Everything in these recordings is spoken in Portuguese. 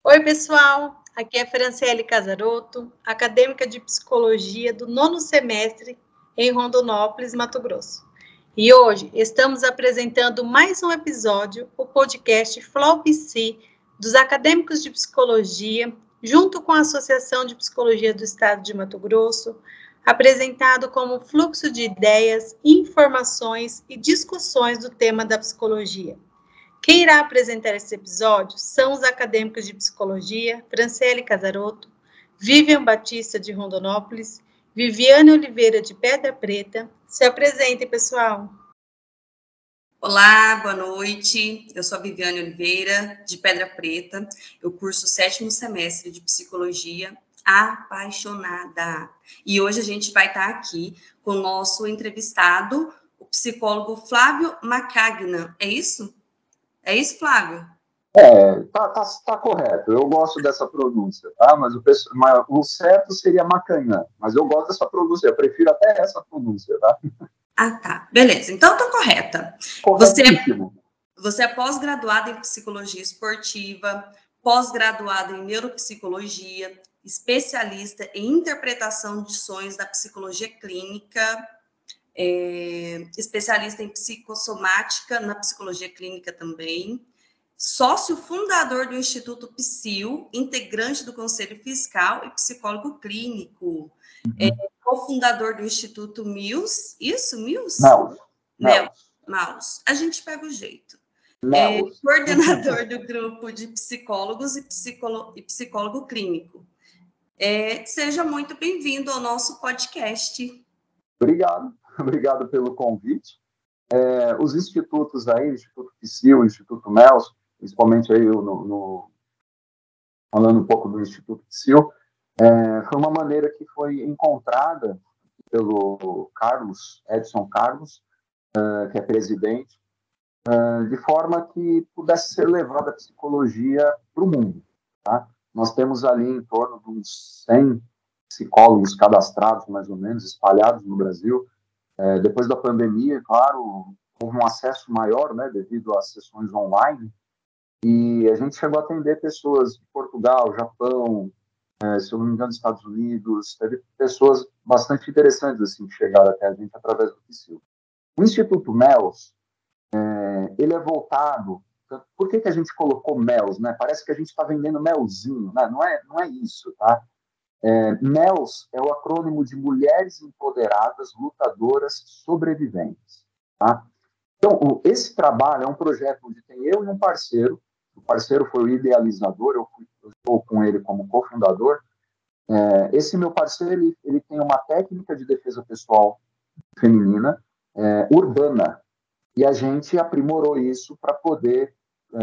Oi, pessoal! Aqui é Franciele Casarotto, acadêmica de psicologia do 9º semestre em Rondonópolis, Mato Grosso. E hoje estamos apresentando mais um episódio, o podcast FlowPC, dos acadêmicos de psicologia, junto com a Associação de Psicologia do Estado de Mato Grosso, apresentado como fluxo de ideias, informações e discussões do tema da psicologia. Quem irá apresentar esse episódio são os acadêmicos de psicologia, Franciele Casarotto, Vivian Batista, de Rondonópolis, Viviane Oliveira, de Pedra Preta. Se apresentem, pessoal. Olá, boa noite. Eu sou a Viviane Oliveira, de Pedra Preta. Eu curso o 7º semestre de psicologia, apaixonada. E hoje a gente vai estar aqui com o nosso entrevistado, o psicólogo Flávio Macagnan. É isso? É isso, Flávio? Tá correto. Eu gosto dessa pronúncia, tá? Mas o certo seria Macanhã. Mas eu gosto dessa pronúncia. Eu prefiro até essa pronúncia, tá? Ah, tá. Beleza. Então, tá correta. Corretíssimo. Você é pós-graduado em psicologia esportiva, pós-graduado em neuropsicologia, especialista em interpretação de sonhos da psicologia clínica, especialista em psicossomática na psicologia clínica também, sócio fundador do Instituto Psil, integrante do Conselho Fiscal e psicólogo clínico, cofundador do Instituto Mills, isso, Mills? Maus. A gente pega o jeito. Coordenador do grupo de psicólogos e psicólogo clínico. Seja muito bem-vindo ao nosso podcast. Obrigado pelo convite. Os institutos aí, o Instituto Psil, o Instituto Mels, principalmente aí falando um pouco do Instituto Psil, foi uma maneira que foi encontrada pelo Edson Carlos, que é presidente, de forma que pudesse ser levada a psicologia para o mundo. Tá? Nós temos ali em torno de uns 100 psicólogos cadastrados, mais ou menos, espalhados no Brasil. Depois da pandemia, claro, houve um acesso maior, né, devido às sessões online, e a gente chegou a atender pessoas de Portugal, Japão, se eu não me engano, Estados Unidos. Teve pessoas bastante interessantes assim, que chegaram até a gente através do Psil. O Instituto Mels, ele é voltado... Por que a gente colocou Mels? Né? Parece que a gente está vendendo melzinho, né? Não é isso, tá? MELS é o acrônimo de Mulheres Empoderadas, Lutadoras, Sobreviventes. Tá? Então, esse trabalho é um projeto onde tem eu e um parceiro. O parceiro foi o idealizador, eu estou com ele como cofundador. Esse meu parceiro, ele tem uma técnica de defesa pessoal feminina urbana. E a gente aprimorou isso para poder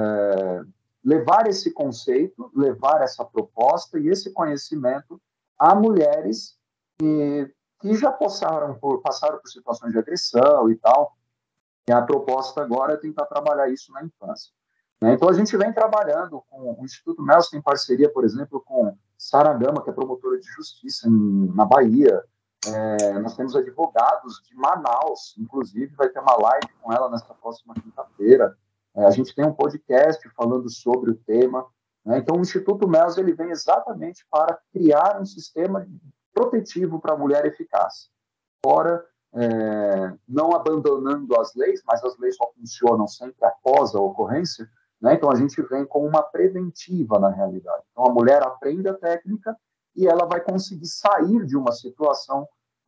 levar esse conceito, levar essa proposta e esse conhecimento a mulheres que já passaram por situações de agressão e tal. E a proposta agora é tentar trabalhar isso na infância. Então, a gente vem trabalhando com o Instituto Mels, tem parceria, por exemplo, com Sara Gama, que é promotora de justiça na Bahia. Nós temos advogados de Manaus, inclusive vai ter uma live com ela nessa próxima quinta-feira. A gente tem um podcast falando sobre o tema. Então, o Instituto Mels ele vem exatamente para criar um sistema protetivo para a mulher eficaz. Fora, não abandonando as leis, mas as leis só funcionam sempre após a ocorrência. Então, a gente vem com uma preventiva na realidade. Então, a mulher aprende a técnica e ela vai conseguir sair de uma situação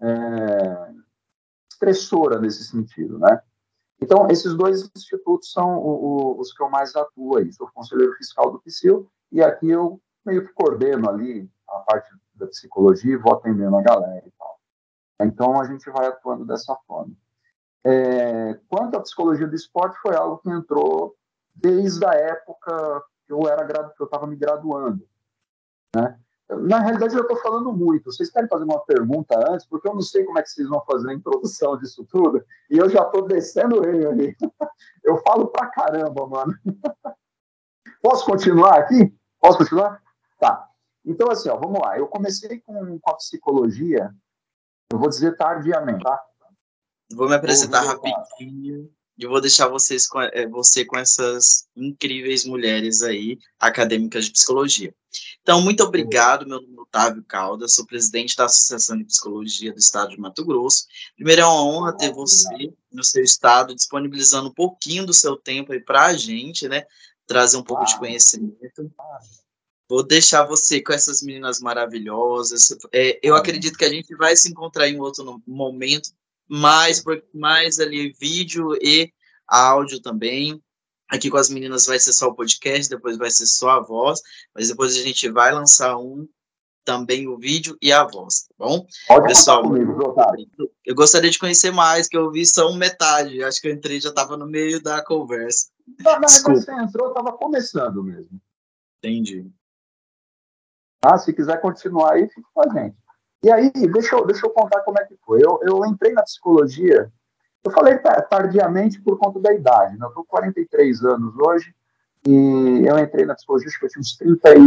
estressora nesse sentido, né? Então, esses dois institutos são os que eu mais atuo aí. Sou conselheiro fiscal do Psil e aqui eu meio que coordeno ali a parte da psicologia e vou atendendo a galera e tal. Então, a gente vai atuando dessa forma. Quanto à psicologia do esporte, foi algo que entrou desde a época que eu estava me graduando, né? Na realidade, eu estou falando muito. Vocês querem fazer uma pergunta antes? Porque eu não sei como é que vocês vão fazer a introdução disso tudo. E eu já estou descendo ele ali. Eu falo pra caramba, mano. Posso continuar aqui? Posso continuar? Tá. Então, assim, vamos lá. Eu comecei com a psicologia, eu vou dizer tardiamente, tá? Vou me apresentar rapidinho. e vou deixar você com essas incríveis mulheres aí, acadêmicas de psicologia. Então, muito obrigado, meu nome é Otávio Caldas, sou presidente da Associação de Psicologia do Estado de Mato Grosso. Primeiro, é uma honra ter você no seu estado, disponibilizando um pouquinho do seu tempo aí para a gente, né, trazer um pouco de conhecimento. Vou deixar você com essas meninas maravilhosas. Eu acredito que a gente vai se encontrar em outro momento, mais ali vídeo e áudio também. Aqui com as meninas vai ser só o podcast, depois vai ser só a voz, mas depois a gente vai lançar também o vídeo e a voz, tá bom? Pode Pessoal, comigo, eu gostaria de conhecer mais, que eu vi só metade, acho que eu entrei, já estava no meio da conversa. Desculpa. Você entrou, estava começando mesmo. Entendi. Se quiser continuar aí, fique com a gente. E aí, deixa eu contar como é que foi. Eu entrei na psicologia, eu falei tardiamente por conta da idade, né? Eu estou com 43 anos hoje, e eu entrei na psicologia, acho que eu tinha uns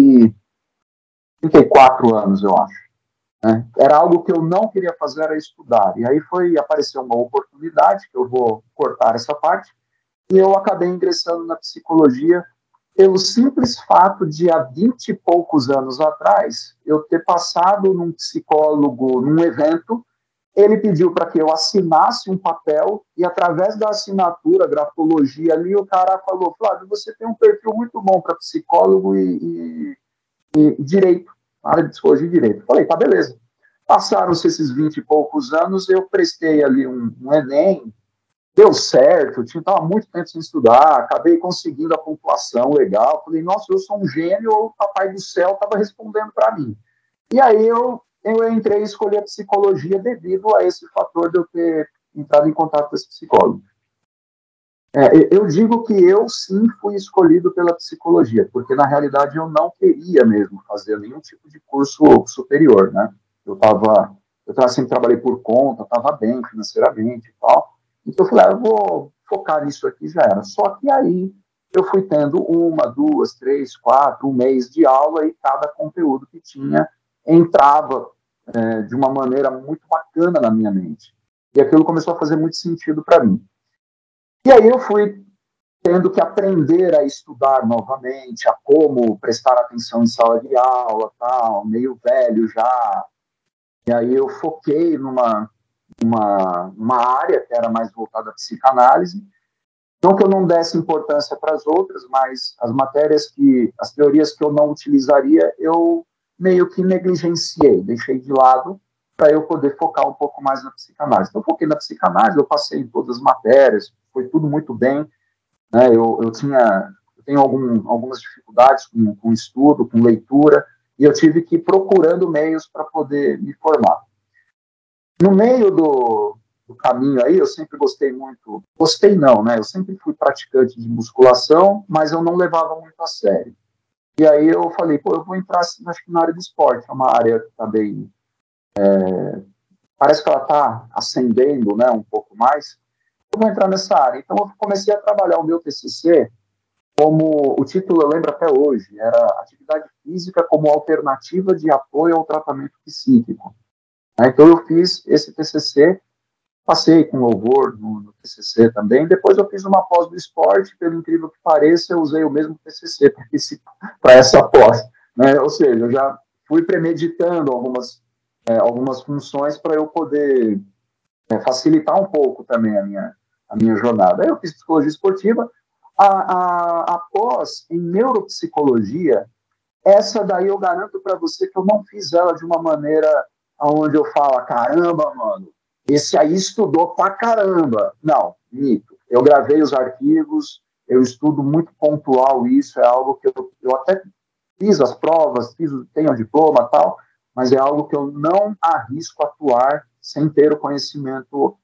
34 anos, eu acho. Né? Era algo que eu não queria fazer, era estudar. E aí apareceu uma oportunidade, que eu vou cortar essa parte, e eu acabei ingressando na psicologia pelo simples fato de, há 20 e poucos anos atrás, eu ter passado num psicólogo, num evento, ele pediu para que eu assinasse um papel, e através da assinatura, grafologia ali, o cara falou: Flávio, você tem um perfil muito bom para psicólogo e direito, área de psicologia e direito. Eu falei, tá, beleza. Passaram-se esses 20 e poucos anos, eu prestei ali um Enem, deu certo, eu estava muito tempo sem estudar, acabei conseguindo a pontuação legal, falei, nossa, eu sou um gênio, o papai do céu estava respondendo para mim. E aí eu entrei e escolhi a psicologia devido a esse fator de eu ter entrado em contato com esse psicólogo. Eu digo que eu sim fui escolhido pela psicologia, porque na realidade eu não queria mesmo fazer nenhum tipo de curso superior, né? Eu sempre trabalhei por conta, estava bem financeiramente e tal. Então eu falei, eu vou focar nisso aqui, já era. Só que aí eu fui tendo 1, 2, 3, 4, um mês de aula, e cada conteúdo que tinha entrava de uma maneira muito bacana na minha mente. E aquilo começou a fazer muito sentido para mim. E aí eu fui tendo que aprender a estudar novamente, a como prestar atenção em sala de aula, tal, meio velho já. E aí eu foquei numa área que era mais voltada à psicanálise. Não que eu não desse importância para as outras, mas as teorias que eu não utilizaria, eu meio que negligenciei, deixei de lado para eu poder focar um pouco mais na psicanálise. Então, eu foquei na psicanálise, eu passei em todas as matérias, foi tudo muito bem. Né? Eu tenho algumas dificuldades com estudo, com leitura, e eu tive que ir procurando meios para poder me formar. No meio do caminho aí, eu sempre gostei muito, né? Eu sempre fui praticante de musculação, mas eu não levava muito a sério. E aí eu falei, eu vou entrar, acho que na área do esporte, é uma área que está bem... parece que ela está ascendendo, né, um pouco mais. Eu vou entrar nessa área. Então eu comecei a trabalhar o meu TCC como, o título eu lembro até hoje, era Atividade Física como Alternativa de Apoio ao Tratamento Psíquico. Então eu fiz esse TCC, passei com louvor no TCC também. Depois eu fiz uma pós do esporte, pelo incrível que pareça, eu usei o mesmo TCC para essa pós. Né? Ou seja, eu já fui premeditando algumas funções para eu poder facilitar um pouco também a minha jornada. Aí eu fiz psicologia esportiva. A pós em neuropsicologia, essa daí eu garanto para você que eu não fiz ela de uma maneira onde eu falo, caramba, mano, esse aí estudou pra caramba. Não, mito. Eu gravei os arquivos, eu estudo muito pontual isso, é algo que eu até fiz as provas, tenho o diploma e tal, mas é algo que eu não arrisco atuar sem ter o conhecimento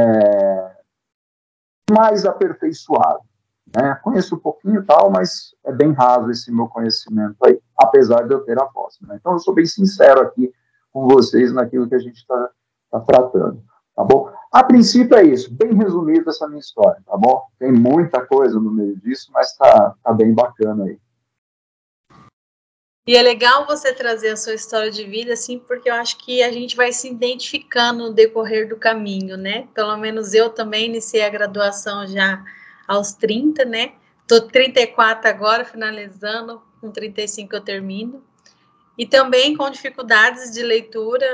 mais aperfeiçoado. Né? Conheço um pouquinho e tal, mas é bem raso esse meu conhecimento aí, apesar de eu ter a posse. Né? Então, eu sou bem sincero aqui com vocês naquilo que a gente está tratando, tá bom? A princípio é isso, bem resumido essa minha história, tá bom? Tem muita coisa no meio disso, mas tá bem bacana aí. E é legal você trazer a sua história de vida, assim, porque eu acho que a gente vai se identificando no decorrer do caminho, né? Pelo menos eu também iniciei a graduação já aos 30, né? Tô 34 agora, finalizando, com 35 eu termino. E também com dificuldades de leitura,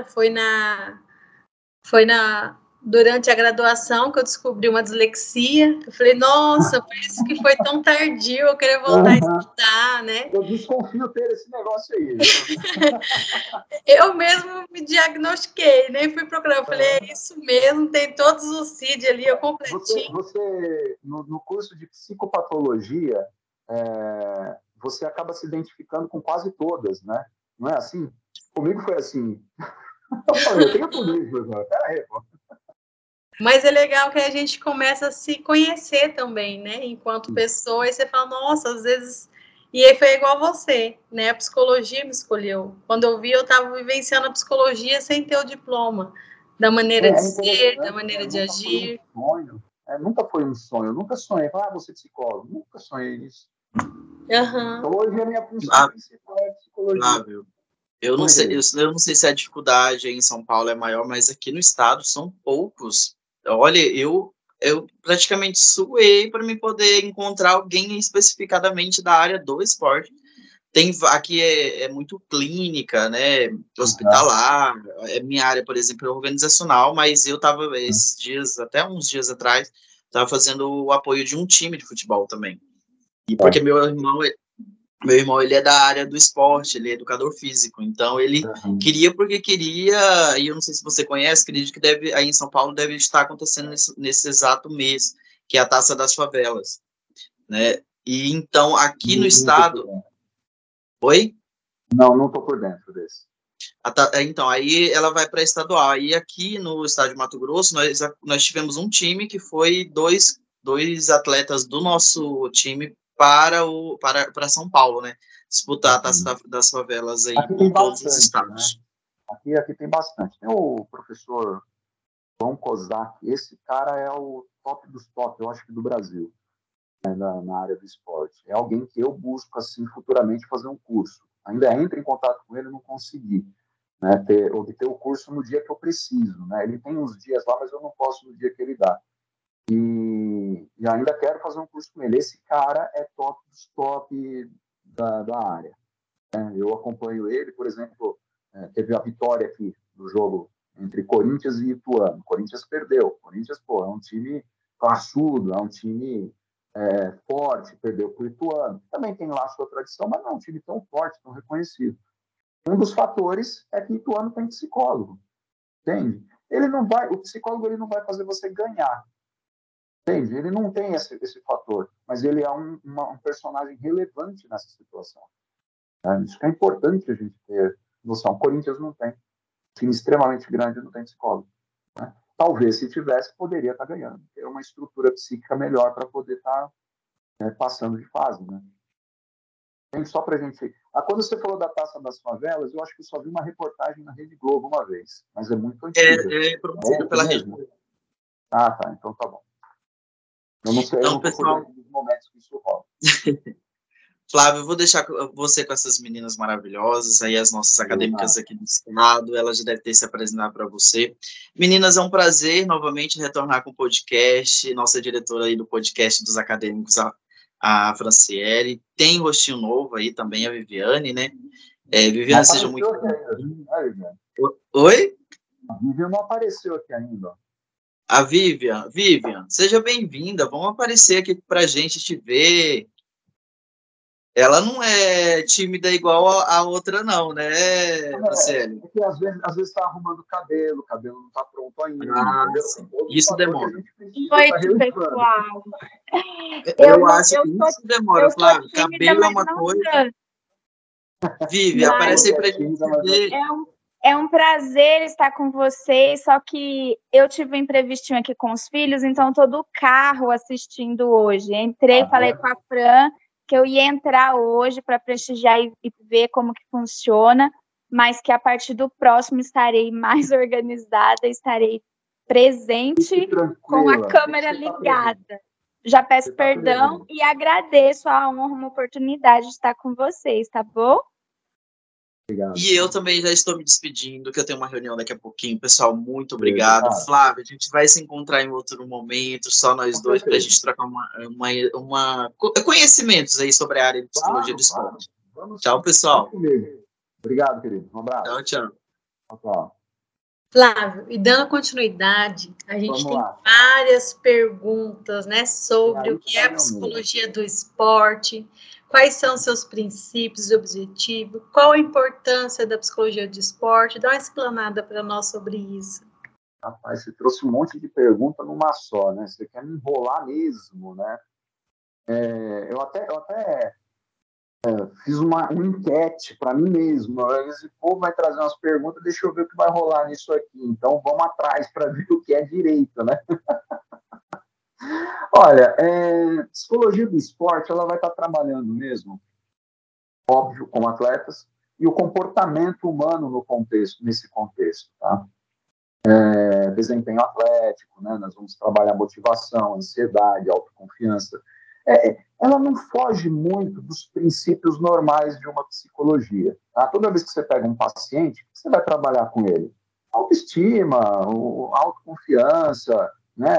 durante a graduação que eu descobri uma dislexia. Eu falei, nossa, por isso que foi tão tardio eu querer voltar a estudar, né? Eu desconfio ter esse negócio aí. Eu mesmo me diagnostiquei, nem fui procurar. Eu falei, é isso mesmo, tem todos os CID ali, eu completinho. Você no curso de psicopatologia, você acaba se identificando com quase todas, né? Não é assim? Comigo foi assim. Eu falei, eu tenho tudo isso, peraí, pô. Mas é legal que a gente começa a se conhecer também, né? Enquanto pessoa, e você fala, nossa, às vezes... E aí foi igual você, né? A psicologia me escolheu. Quando eu vi, eu estava vivenciando a psicologia sem ter o diploma. Da maneira de ser, da maneira de agir. Nunca foi um sonho. Eu nunca sonhei. Vou ser psicólogo. Nunca sonhei nisso. Hoje a minha função principal é psicologia. Flávio, eu não sei se a dificuldade em São Paulo é maior, mas aqui no estado são poucos. Olha, eu praticamente suei para me poder encontrar alguém especificadamente da área do esporte. Aqui é muito clínica, né, hospitalar, minha área, por exemplo, é organizacional, mas eu estava esses dias, até uns dias atrás, estava fazendo o apoio de um time de futebol também. E porque meu irmão, ele é da área do esporte, ele é educador físico, então ele queria porque queria, e eu não sei se você conhece, acredito que aí em São Paulo deve estar acontecendo nesse exato mês, que é a Taça das Favelas, né? E então, aqui no estado... Oi? Não estou por dentro desse. Então, aí ela vai para estadual. Aí aqui no estado de Mato Grosso, nós tivemos um time que foi dois atletas do nosso time para São Paulo, né? Disputar a Taça das Favelas aí em todos os estados. Né? Aqui tem bastante. Tem o professor João Kozak. Esse cara é o top dos top, eu acho que do Brasil, né, na área do esporte. É alguém que eu busco, assim, futuramente fazer um curso. Ainda entro em contato com ele, não consegui, né, obter o curso no dia que eu preciso. Né? Ele tem uns dias lá, mas eu não posso no dia que ele dá. E ainda quero fazer um curso com ele. Esse cara é top dos top da área. Eu acompanho ele, por exemplo, teve a vitória aqui no jogo entre Corinthians e Ituano. Corinthians perdeu. Corinthians, é um time classudo, é um time forte, perdeu para o Ituano. Também tem lá a sua tradição, mas não é um time tão forte, tão reconhecido. Um dos fatores é que Ituano tem psicólogo, entende? O psicólogo ele não vai fazer você ganhar, entende? Ele não tem esse fator, mas ele é um personagem relevante nessa situação. Isso que é importante a gente ter noção. O Corinthians não tem. Um time extremamente grande não tem psicólogo. Né? Talvez, se tivesse, poderia estar ganhando. Ter uma estrutura psíquica melhor para poder estar passando de fase. Né? Só para a gente... Quando você falou da Taça das Favelas, eu acho que eu só vi uma reportagem na Rede Globo uma vez. Mas é muito antiga. É produzido pela Rede Globo. Tá. Então tá bom. Eu não sei, então, pessoal, dos momentos que isso rola. Flávio, eu vou deixar você com essas meninas maravilhosas, aí as nossas acadêmicas aqui do estado, elas já devem ter se apresentado para você. Meninas, é um prazer novamente retornar com o podcast, nossa diretora aí do podcast dos acadêmicos, a Franciele, tem rostinho novo aí também, a Viviane, né? Viviane, seja muito... Oi? A Viviane não apareceu aqui ainda. A Vivian, seja bem-vinda, vamos aparecer aqui pra gente te ver. Ela não é tímida igual a outra, não, né, Marcelo? É que às vezes tá arrumando o cabelo não tá pronto ainda. Isso demora. Noite, pessoal. Eu acho que isso demora, Flávio. Cabelo é uma coisa. Vivi, aparece aí pra gente ver. É um prazer estar com vocês, só que eu tive um imprevistinho aqui com os filhos, então estou do carro assistindo hoje. Entrei, falei com a Fran que eu ia entrar hoje para prestigiar e ver como que funciona, mas que a partir do próximo estarei mais organizada, estarei presente com a câmera ligada. Já peço perdão e agradeço a honra, uma oportunidade de estar com vocês, tá bom? Obrigado. E eu também já estou me despedindo, que eu tenho uma reunião daqui a pouquinho. Pessoal, muito obrigado. Flávio, a gente vai se encontrar em outro momento, só nós dois, para a gente trocar conhecimentos aí sobre a área de psicologia do esporte. Tchau, pessoal. Obrigado, querido. Um abraço. Tchau, tchau. Tchau. Flávio, e dando continuidade, a gente tem várias perguntas, né, sobre o que é a psicologia do esporte, quais são seus princípios e objetivos, qual a importância da psicologia do esporte, dá uma explanada para nós sobre isso. Rapaz, você trouxe um monte de pergunta numa só, né, você quer me enrolar mesmo, né, eu até fiz uma enquete para mim mesmo. Esse povo vai trazer umas perguntas, deixa eu ver o que vai rolar nisso aqui. Então, vamos atrás para ver o que é direito, né? Olha, psicologia do esporte, ela vai estar trabalhando mesmo, óbvio, com atletas, e o comportamento humano nesse contexto, tá? Desempenho atlético, né? Nós vamos trabalhar motivação, ansiedade, autoconfiança. Ela não foge muito dos princípios normais de uma psicologia. Tá? Toda vez que você pega um paciente, você vai trabalhar com ele. Autoestima, autoconfiança, né?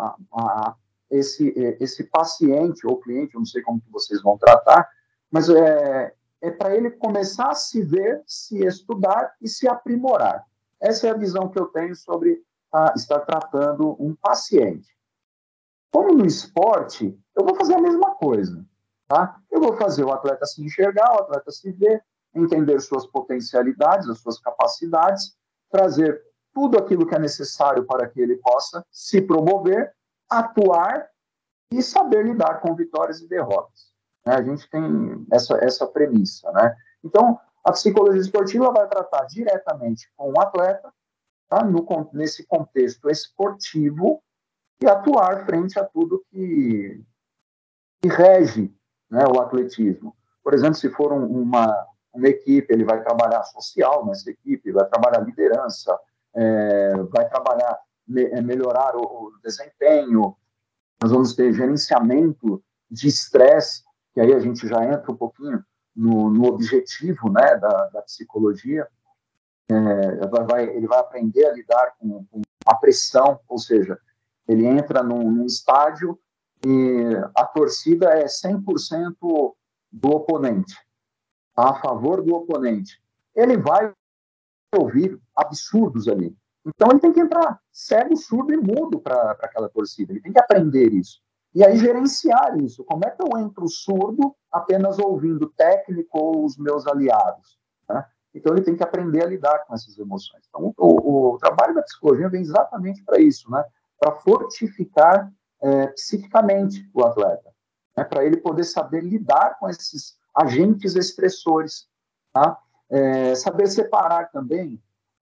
Esse paciente ou cliente, eu não sei como que vocês vão tratar, mas é para ele começar a se ver, se estudar e se aprimorar. Essa é a visão que eu tenho sobre estar tratando um paciente. Como no esporte, eu vou fazer a mesma coisa. Tá? Eu vou fazer o atleta se enxergar, o atleta se ver, entender suas potencialidades, as suas capacidades, trazer tudo aquilo que é necessário para que ele possa se promover, atuar e saber lidar com vitórias e derrotas. A gente tem essa premissa. Né? Então, a psicologia esportiva vai tratar diretamente com o atleta, tá? Nesse contexto esportivo, e atuar frente a tudo que rege, né, o atletismo. Por exemplo, se for uma equipe, ele vai trabalhar social nessa equipe, vai trabalhar liderança, vai trabalhar melhorar o desempenho. Nós vamos ter gerenciamento de estresse, que aí a gente já entra um pouquinho no objetivo, né, da psicologia. Ele vai aprender a lidar com a pressão, ou seja, ele entra num estádio e a torcida é 100% do oponente, tá? A favor do oponente. Ele vai ouvir absurdos ali. Então ele tem que entrar cego, surdo e mudo para aquela torcida. Ele tem que aprender isso. E aí gerenciar isso. Como é que eu entro surdo apenas ouvindo técnico ou os meus aliados? Né? Então ele tem que aprender a lidar com essas emoções. Então o trabalho da psicologia vem exatamente para isso, né? Para fortificar psiquicamente o atleta, né? Para ele poder saber lidar com esses agentes estressores, tá? Saber separar também,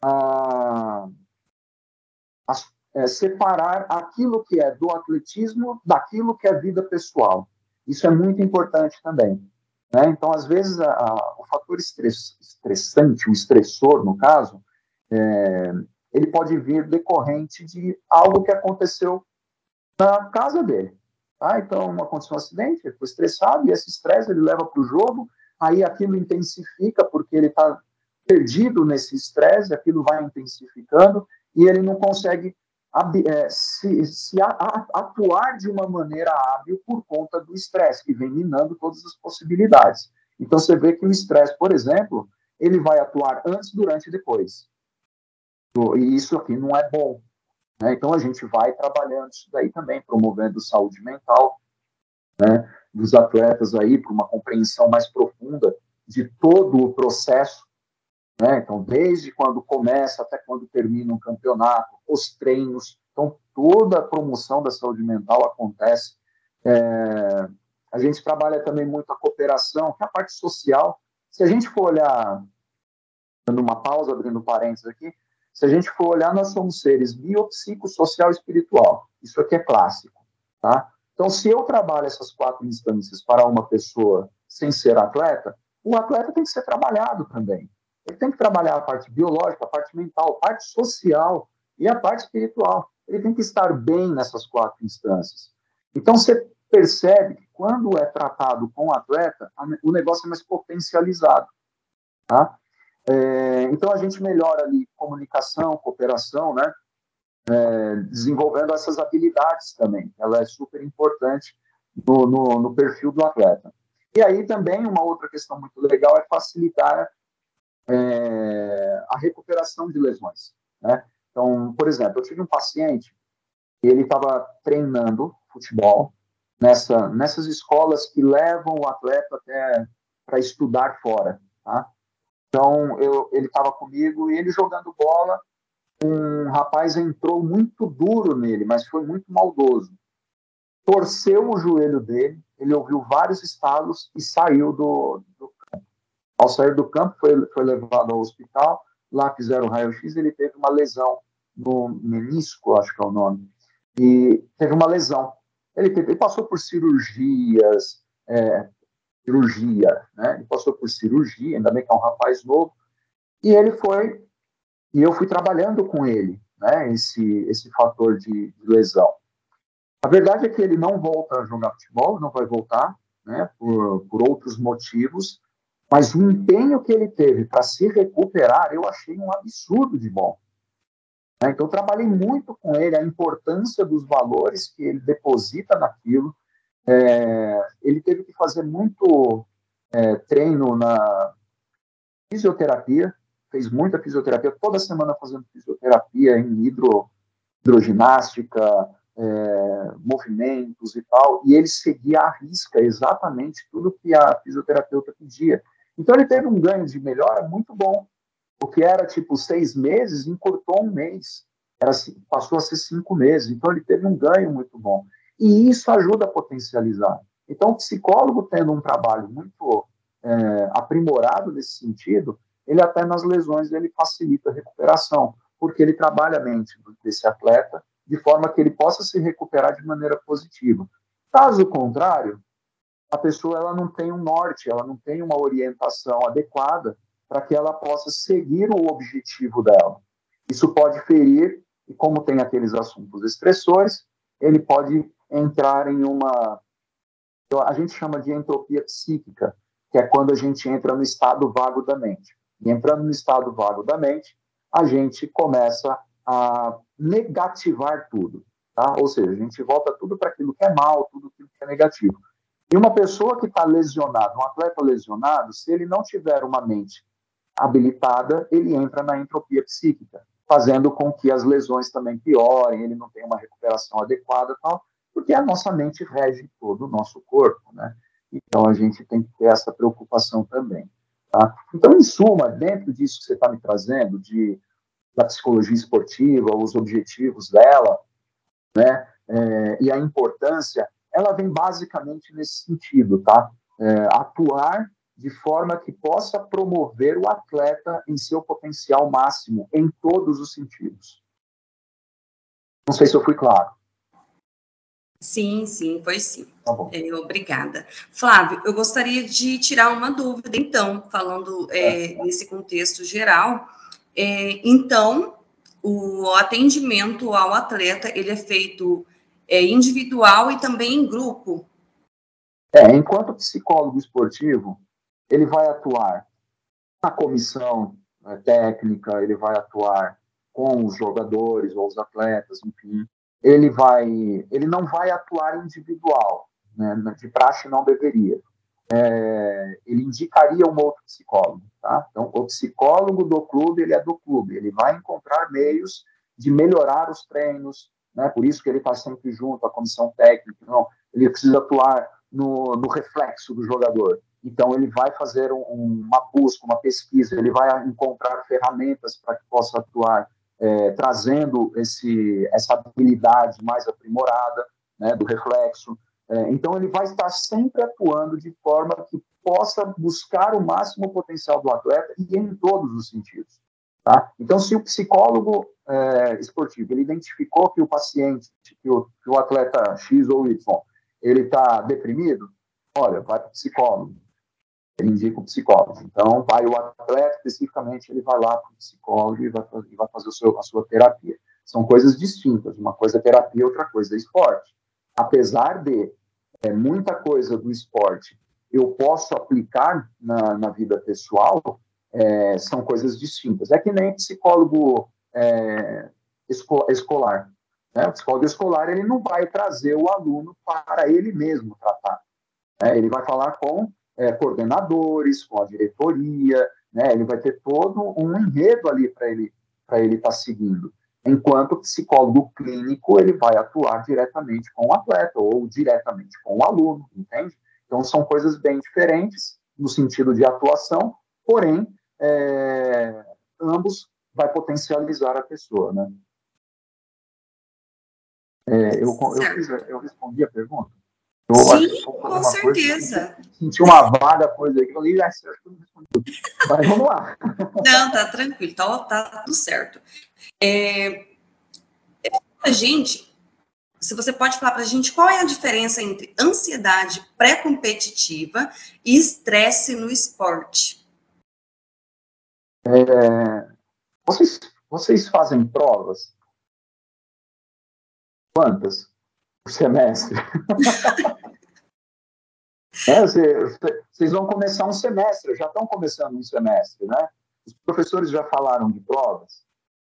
separar aquilo que é do atletismo daquilo que é vida pessoal. Isso é muito importante também. Né? Então, às vezes, o fator estressante, o estressor, no caso, ele pode vir decorrente de algo que aconteceu na casa dele. Tá? Então, aconteceu um acidente, ele foi estressado, e esse estresse ele leva para o jogo, aí aquilo intensifica, porque ele está perdido nesse estresse, aquilo vai intensificando, e ele não consegue atuar de uma maneira hábil por conta do estresse, que vem minando todas as possibilidades. Então, você vê que o estresse, por exemplo, ele vai atuar antes, durante e depois. E isso aqui não é bom. Né? Então, a gente vai trabalhando isso daí também, promovendo saúde mental, né, dos atletas aí, para uma compreensão mais profunda de todo o processo. Né? Então, desde quando começa até quando termina um campeonato, os treinos. Então, toda a promoção da saúde mental acontece. A gente trabalha também muito a cooperação, que é a parte social. Se a gente for olhar, dando uma pausa, abrindo parênteses aqui, se a gente for olhar, nós somos seres biopsico, social e espiritual. Isso aqui é clássico. Tá? Então, se eu trabalho essas 4 instâncias para uma pessoa sem ser atleta, o atleta tem que ser trabalhado também. Ele tem que trabalhar a parte biológica, a parte mental, a parte social e a parte espiritual. Ele tem que estar bem nessas 4 instâncias. Então, você percebe que quando é tratado com o atleta, o negócio é mais potencializado. Tá? Então, a gente melhora ali comunicação, cooperação, né? Desenvolvendo essas habilidades também. Ela é super importante no perfil do atleta. E aí também uma outra questão muito legal é facilitar a recuperação de lesões, né? Então, por exemplo, eu tive um paciente, ele estava treinando futebol nessas escolas que levam o atleta até para estudar fora, tá? Então, ele estava comigo e ele jogando bola, um rapaz entrou muito duro nele, mas foi muito maldoso. Torceu o joelho dele, ele ouviu vários estalos e saiu do campo. Ao sair do campo, foi levado ao hospital, lá fizeram o raio-x, ele teve uma lesão no menisco, acho que é o nome, e teve uma lesão. Ele passou por cirurgias, né? Ele passou por cirurgia, ainda bem que é um rapaz novo, e eu fui trabalhando com ele, né? Esse fator de lesão. A verdade é que ele não volta a jogar futebol, não vai voltar, né? Por outros motivos, mas o empenho que ele teve para se recuperar, eu achei um absurdo de bom. Então, eu trabalhei muito com ele, a importância dos valores que ele deposita naquilo. Ele teve que fazer muito treino na fisioterapia, fez muita fisioterapia, toda semana fazendo fisioterapia em hidroginástica, movimentos e tal, e ele seguia à risca exatamente tudo que a fisioterapeuta pedia. Então, ele teve um ganho de melhora muito bom. O que era tipo 6 meses, encurtou 1 mês. Passou a ser 5 meses. Então, ele teve um ganho muito bom. E isso ajuda a potencializar. Então, o psicólogo tendo um trabalho muito aprimorado nesse sentido, ele até nas lesões ele facilita a recuperação, porque ele trabalha a mente desse atleta de forma que ele possa se recuperar de maneira positiva. Caso contrário, a pessoa ela não tem um norte, ela não tem uma orientação adequada para que ela possa seguir o objetivo dela. Isso pode ferir, e como tem aqueles assuntos estressores, ele pode entrar em a gente chama de entropia psíquica, que é quando a gente entra no estado vago da mente. E entrando no estado vago da mente, a gente começa a negativar tudo, tá? Ou seja, a gente volta tudo para aquilo que é mal, tudo aquilo que é negativo. E uma pessoa que está lesionada, um atleta lesionado, se ele não tiver uma mente habilitada, ele entra na entropia psíquica, fazendo com que as lesões também piorem, ele não tem uma recuperação adequada, tal, porque a nossa mente rege todo o nosso corpo, né? Então, a gente tem que ter essa preocupação também, tá? Então, em suma, dentro disso que você está me trazendo, da psicologia esportiva, os objetivos dela, né, e a importância, ela vem basicamente nesse sentido, tá? Atuar de forma que possa promover o atleta em seu potencial máximo, em todos os sentidos. Não sei se eu fui claro. Sim, foi sim. Tá bom. Obrigada. Flávio, eu gostaria de tirar uma dúvida, então, falando nesse contexto geral. Então, o atendimento ao atleta, ele é feito individual e também em grupo? Enquanto psicólogo esportivo, ele vai atuar na comissão técnica, ele vai atuar com os jogadores ou os atletas, enfim. Ele não vai atuar individual, né? De praxe não deveria. Ele indicaria um outro psicólogo, tá? Então, o psicólogo do clube, ele é do clube, ele vai encontrar meios de melhorar os treinos, né? Por isso que ele está sempre junto à comissão técnica, não, ele precisa atuar no reflexo do jogador. Então, ele vai fazer uma busca, uma pesquisa, ele vai encontrar ferramentas para que possa atuar, trazendo essa habilidade mais aprimorada, né, do reflexo. Então, ele vai estar sempre atuando de forma que possa buscar o máximo potencial do atleta e em todos os sentidos. Tá? Então, se o psicólogo esportivo ele identificou que o paciente, que o atleta X ou Y, ele está deprimido, olha, vai para o psicólogo. Ele indica o psicólogo. Então, vai o atleta, especificamente, ele vai lá para o psicólogo e vai fazer a sua terapia. São coisas distintas. Uma coisa é terapia, outra coisa é esporte. Apesar de muita coisa do esporte eu posso aplicar na vida pessoal, são coisas distintas. É que nem psicólogo escolar. Né? O psicólogo escolar ele não vai trazer o aluno para ele mesmo tratar. Né? Ele vai falar com coordenadores, com a diretoria, né? Ele vai ter todo um enredo ali para ele estar seguindo. Enquanto o psicólogo clínico ele vai atuar diretamente com o atleta ou diretamente com o aluno, entende? Então, são coisas bem diferentes no sentido de atuação, porém, ambos vai potencializar a pessoa, né? Eu respondi a pergunta? Sim, com certeza. Senti uma vaga coisa aí que eu li, acho que eu não respondi. Mas vamos lá. Não, tá tranquilo, tá tudo certo. Gente, se você pode falar para a gente qual é a diferença entre ansiedade pré-competitiva e estresse no esporte? Vocês fazem provas? Quantas por semestre? Vocês vão começar um semestre, já estão começando um semestre, né? Os professores já falaram de provas.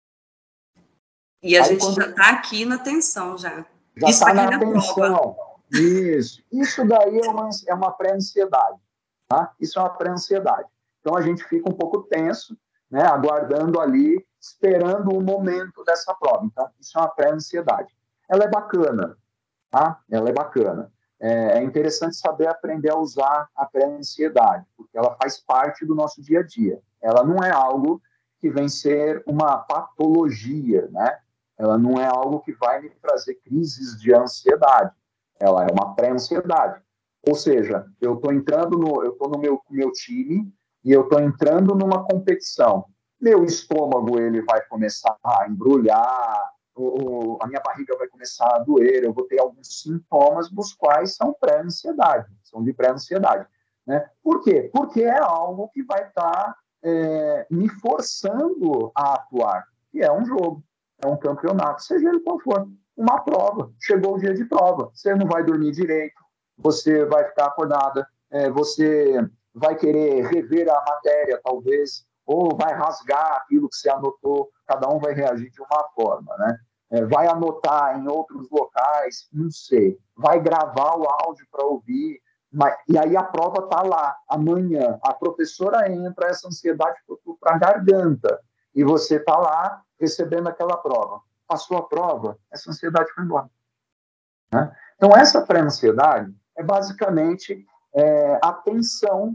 E a gente já está aqui na tensão, já. Já está na tensão. Isso daí é uma pré-ansiedade. Tá? Isso é uma pré-ansiedade. Então, a gente fica um pouco tenso, né, aguardando ali, esperando o momento dessa prova. Então, isso é uma pré-ansiedade. Ela é bacana. Tá? Ela é bacana. É interessante saber aprender a usar a pré-ansiedade, porque ela faz parte do nosso dia a dia. Ela não é algo que vem ser uma patologia, né? Ela não é algo que vai me trazer crises de ansiedade. Ela é uma pré-ansiedade. Ou seja, eu estou no meu time e eu estou entrando numa competição. Meu estômago ele vai começar a embrulhar, a minha barriga vai começar a doer, eu vou ter alguns sintomas dos quais são pré-ansiedade, são de pré-ansiedade. Né? Por quê? Porque é algo que vai estar me forçando a atuar. E é um jogo, é um campeonato, seja ele qual for. Uma prova, chegou o dia de prova, você não vai dormir direito, você vai ficar acordada, você vai querer rever a matéria, talvez, ou vai rasgar aquilo que você anotou, cada um vai reagir de uma forma, né? Vai anotar em outros locais, não sei, vai gravar o áudio para ouvir, e aí a prova está lá, amanhã, a professora entra, essa ansiedade para a garganta, e você está lá recebendo aquela prova. Passou a prova, essa ansiedade foi embora. Né? Então, essa pré-ansiedade é basicamente a tensão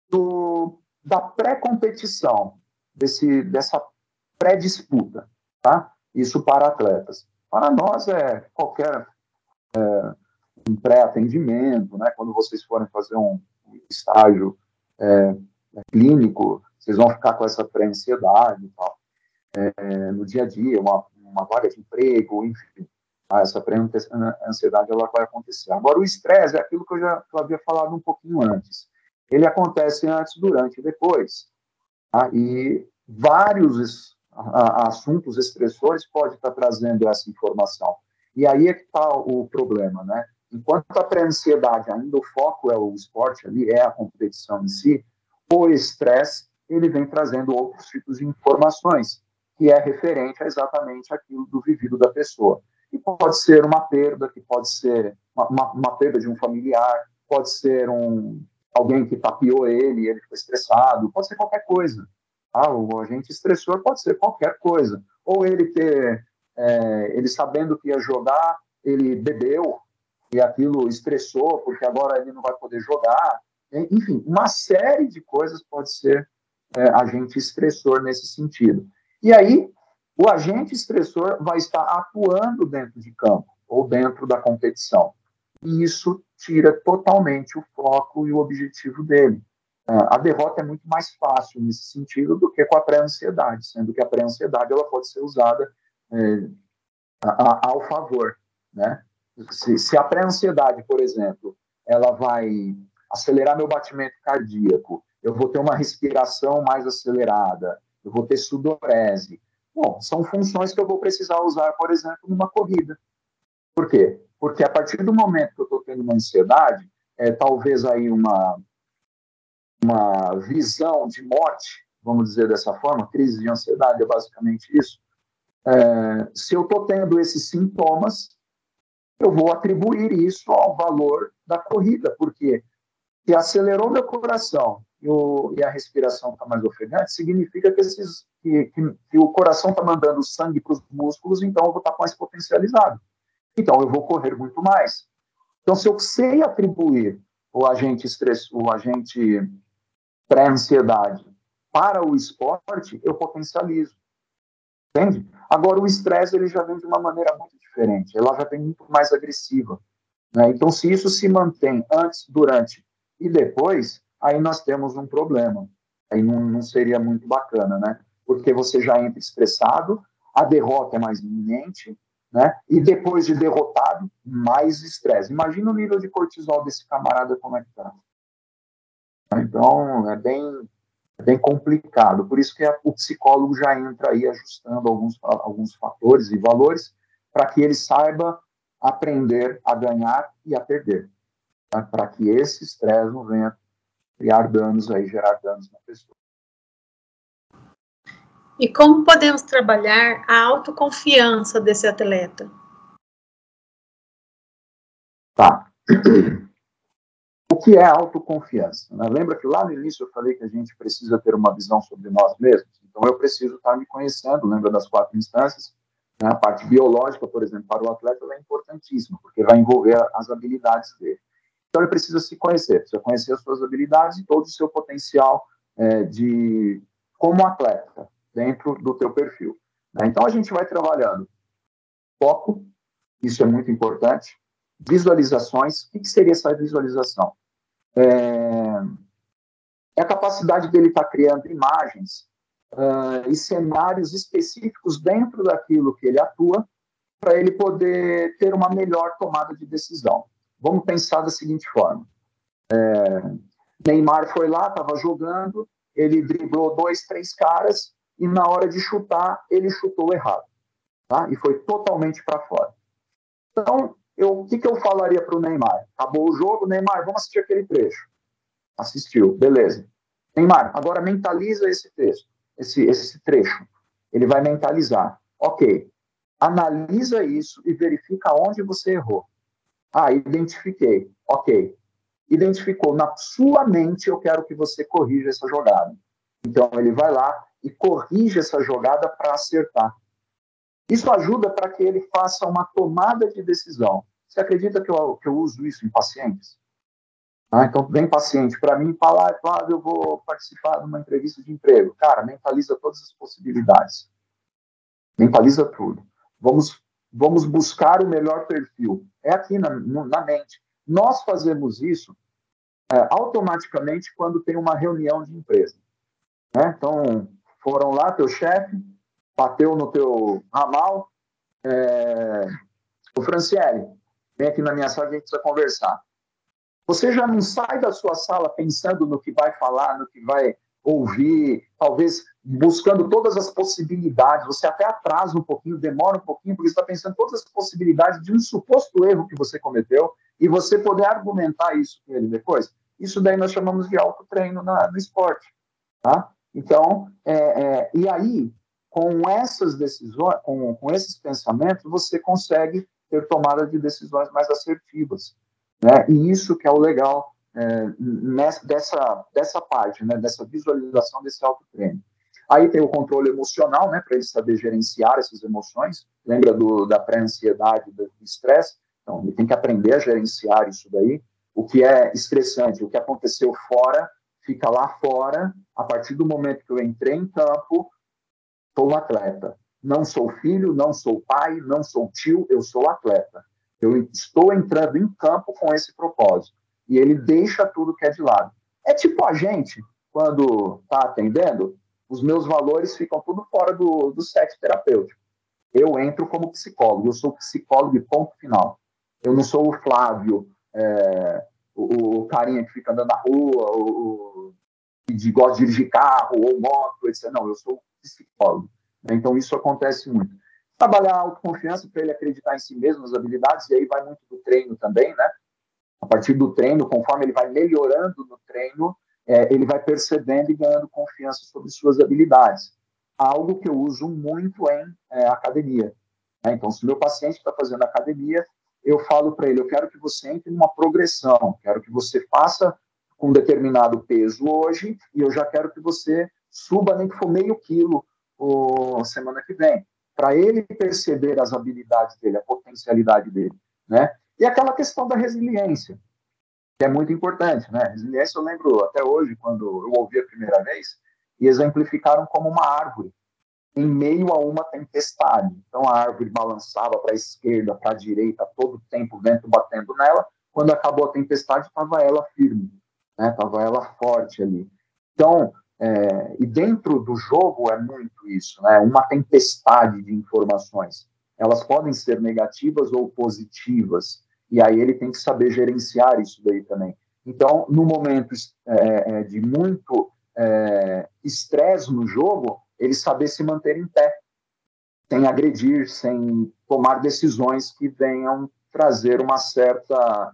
da pré-competição, dessa pré-disputa, tá? Isso para atletas. Para nós qualquer um pré-atendimento, né? Quando vocês forem fazer um estágio clínico, vocês vão ficar com essa pré-ansiedade e tal. No dia a dia, uma vaga de emprego, enfim, essa pré-ansiedade ela vai acontecer. Agora, o estresse é aquilo que eu já havia falado um pouquinho antes. Ele acontece antes, durante e depois. Tá? E vários assuntos estressores podem estar trazendo essa informação. E aí é que está o problema, né? Enquanto a pré-ansiedade ainda o foco é o esporte ali, é a competição em si, o estresse ele vem trazendo outros tipos de informações que é referente a exatamente aquilo do vivido da pessoa. E pode ser uma perda, que pode ser uma perda de um familiar, pode ser alguém que tapeou ele ficou estressado, pode ser qualquer coisa. O agente estressor pode ser qualquer coisa. Ou ele sabendo que ia jogar, ele bebeu e aquilo estressou, porque agora ele não vai poder jogar. Enfim, uma série de coisas pode ser agente estressor nesse sentido. E aí, o agente estressor vai estar atuando dentro de campo ou dentro da competição. E isso tira totalmente o foco e o objetivo dele. A derrota é muito mais fácil nesse sentido do que com a pré-ansiedade, sendo que a pré-ansiedade ela pode ser usada ao favor. Né? Se a pré-ansiedade, por exemplo, ela vai acelerar meu batimento cardíaco, eu vou ter uma respiração mais acelerada, eu vou ter sudorese. Bom, são funções que eu vou precisar usar, por exemplo, numa corrida. Por quê? Porque a partir do momento que eu estou tendo uma ansiedade, talvez aí uma visão de morte, vamos dizer dessa forma, crise de ansiedade é basicamente isso. Se eu estou tendo esses sintomas, eu vou atribuir isso ao valor da corrida, porque se acelerou meu coração e a respiração está mais ofegante, significa que o coração está mandando sangue para os músculos, então eu vou estar mais potencializado. Então eu vou correr muito mais. Então, se eu sei atribuir o agente pré-ansiedade para o esporte, eu potencializo. Entende? Agora, o estresse ele já vem de uma maneira muito diferente. Ela já vem muito mais agressiva. Né? Então, se isso se mantém antes, durante e depois, aí nós temos um problema. Aí não seria muito bacana, né? Porque você já entra estressado, a derrota é mais iminente, né? E depois de derrotado, mais estresse. Imagina o nível de cortisol desse camarada como é que tá. Então, é bem complicado. Por isso que o psicólogo já entra aí ajustando alguns fatores e valores para que ele saiba aprender a ganhar e a perder. Tá? Para que esse estresse não venha criar danos aí, gerar danos na pessoa. E como podemos trabalhar a autoconfiança desse atleta? Tá. O que é autoconfiança? Né? Lembra que lá no início eu falei que a gente precisa ter uma visão sobre nós mesmos? Então eu preciso estar me conhecendo, lembra das 4 instâncias? Né? A parte biológica, por exemplo, para o atleta ela é importantíssima, porque vai envolver as habilidades dele. Então ele precisa se conhecer, precisa conhecer as suas habilidades e todo o seu potencial como atleta, dentro do teu perfil. Né? Então a gente vai trabalhando foco, isso é muito importante, visualizações. O que seria essa visualização? É a capacidade dele estar criando imagens e cenários específicos dentro daquilo que ele atua para ele poder ter uma melhor tomada de decisão. Vamos pensar da seguinte forma. Neymar foi lá, estava jogando, ele driblou 2, 3 caras e na hora de chutar, ele chutou errado. Tá? E foi totalmente para fora. Então, o que eu falaria para o Neymar? Acabou o jogo, Neymar, vamos assistir aquele trecho. Assistiu, beleza. Neymar, agora mentaliza esse texto, esse trecho. Ele vai mentalizar. Ok, analisa isso e verifica onde você errou. Identifiquei. Ok. Identificou. Na sua mente, eu quero que você corrija essa jogada. Então, ele vai lá e corrige essa jogada para acertar. Isso ajuda para que ele faça uma tomada de decisão. Você acredita que eu uso isso em pacientes? Então, vem paciente para mim e fala, Flávio, eu vou participar de uma entrevista de emprego. Cara, mentaliza todas as possibilidades. Mentaliza tudo. Vamos buscar o melhor perfil. É aqui na mente. Nós fazemos isso automaticamente quando tem uma reunião de empresa. Né? Então, foram lá, teu chefe, bateu no teu ramal, o Franciele, vem aqui na minha sala, a gente precisa conversar. Você já não sai da sua sala pensando no que vai falar, no que vai ouvir, talvez buscando todas as possibilidades, você até atrasa um pouquinho, demora um pouquinho, porque você está pensando todas as possibilidades de um suposto erro que você cometeu e você poder argumentar isso com ele depois. Isso daí nós chamamos de autotreino no esporte. Tá? Então, e aí, com essas decisões, com esses pensamentos, você consegue ter tomada de decisões mais assertivas. Né? E isso que é o legal dessa parte, né? Dessa visualização desse autotreino. Aí tem o controle emocional, né? Para ele saber gerenciar essas emoções. Lembra da pré-ansiedade, do estresse? Então, ele tem que aprender a gerenciar isso daí. O que é estressante, o que aconteceu fora, fica lá fora. A partir do momento que eu entrei em campo, sou um atleta. Não sou filho, não sou pai, não sou tio, eu sou atleta. Eu estou entrando em campo com esse propósito. E ele deixa tudo que é de lado. É tipo a gente, quando está atendendo, os meus valores ficam tudo fora do set terapêutico. Eu entro como psicólogo, eu sou psicólogo de ponto final. Eu não sou o Flávio, o carinha que fica andando na rua, que gosta de dirigir carro ou moto, etc. Não, eu sou psicólogo. Então, isso acontece muito. Trabalhar a autoconfiança para ele acreditar em si mesmo, nas habilidades, e aí vai muito do treino também, né? A partir do treino, conforme ele vai melhorando no treino, ele vai percebendo e ganhando confiança sobre suas habilidades. Algo que eu uso muito em academia. Né? Então, se o meu paciente está fazendo academia, eu falo para ele, eu quero que você entre numa progressão, quero que você faça com um determinado peso hoje, e eu já quero que você suba nem que for meio quilo semana que vem, para ele perceber as habilidades dele, a potencialidade dele. Né? E aquela questão da resiliência, que é muito importante. Né? Resiliência eu lembro até hoje, quando eu ouvi a primeira vez, e exemplificaram como uma árvore em meio a uma tempestade. Então a árvore balançava para a esquerda, para a direita, todo o tempo, o vento batendo nela. Quando acabou a tempestade, estava ela firme, né? Estava ela forte ali. Então, e dentro do jogo é muito isso, né? Uma tempestade de informações. Elas podem ser negativas ou positivas, e aí ele tem que saber gerenciar isso daí também. Então, no momento de muito estresse no jogo, ele saber se manter em pé, sem agredir, sem tomar decisões que venham trazer uma certa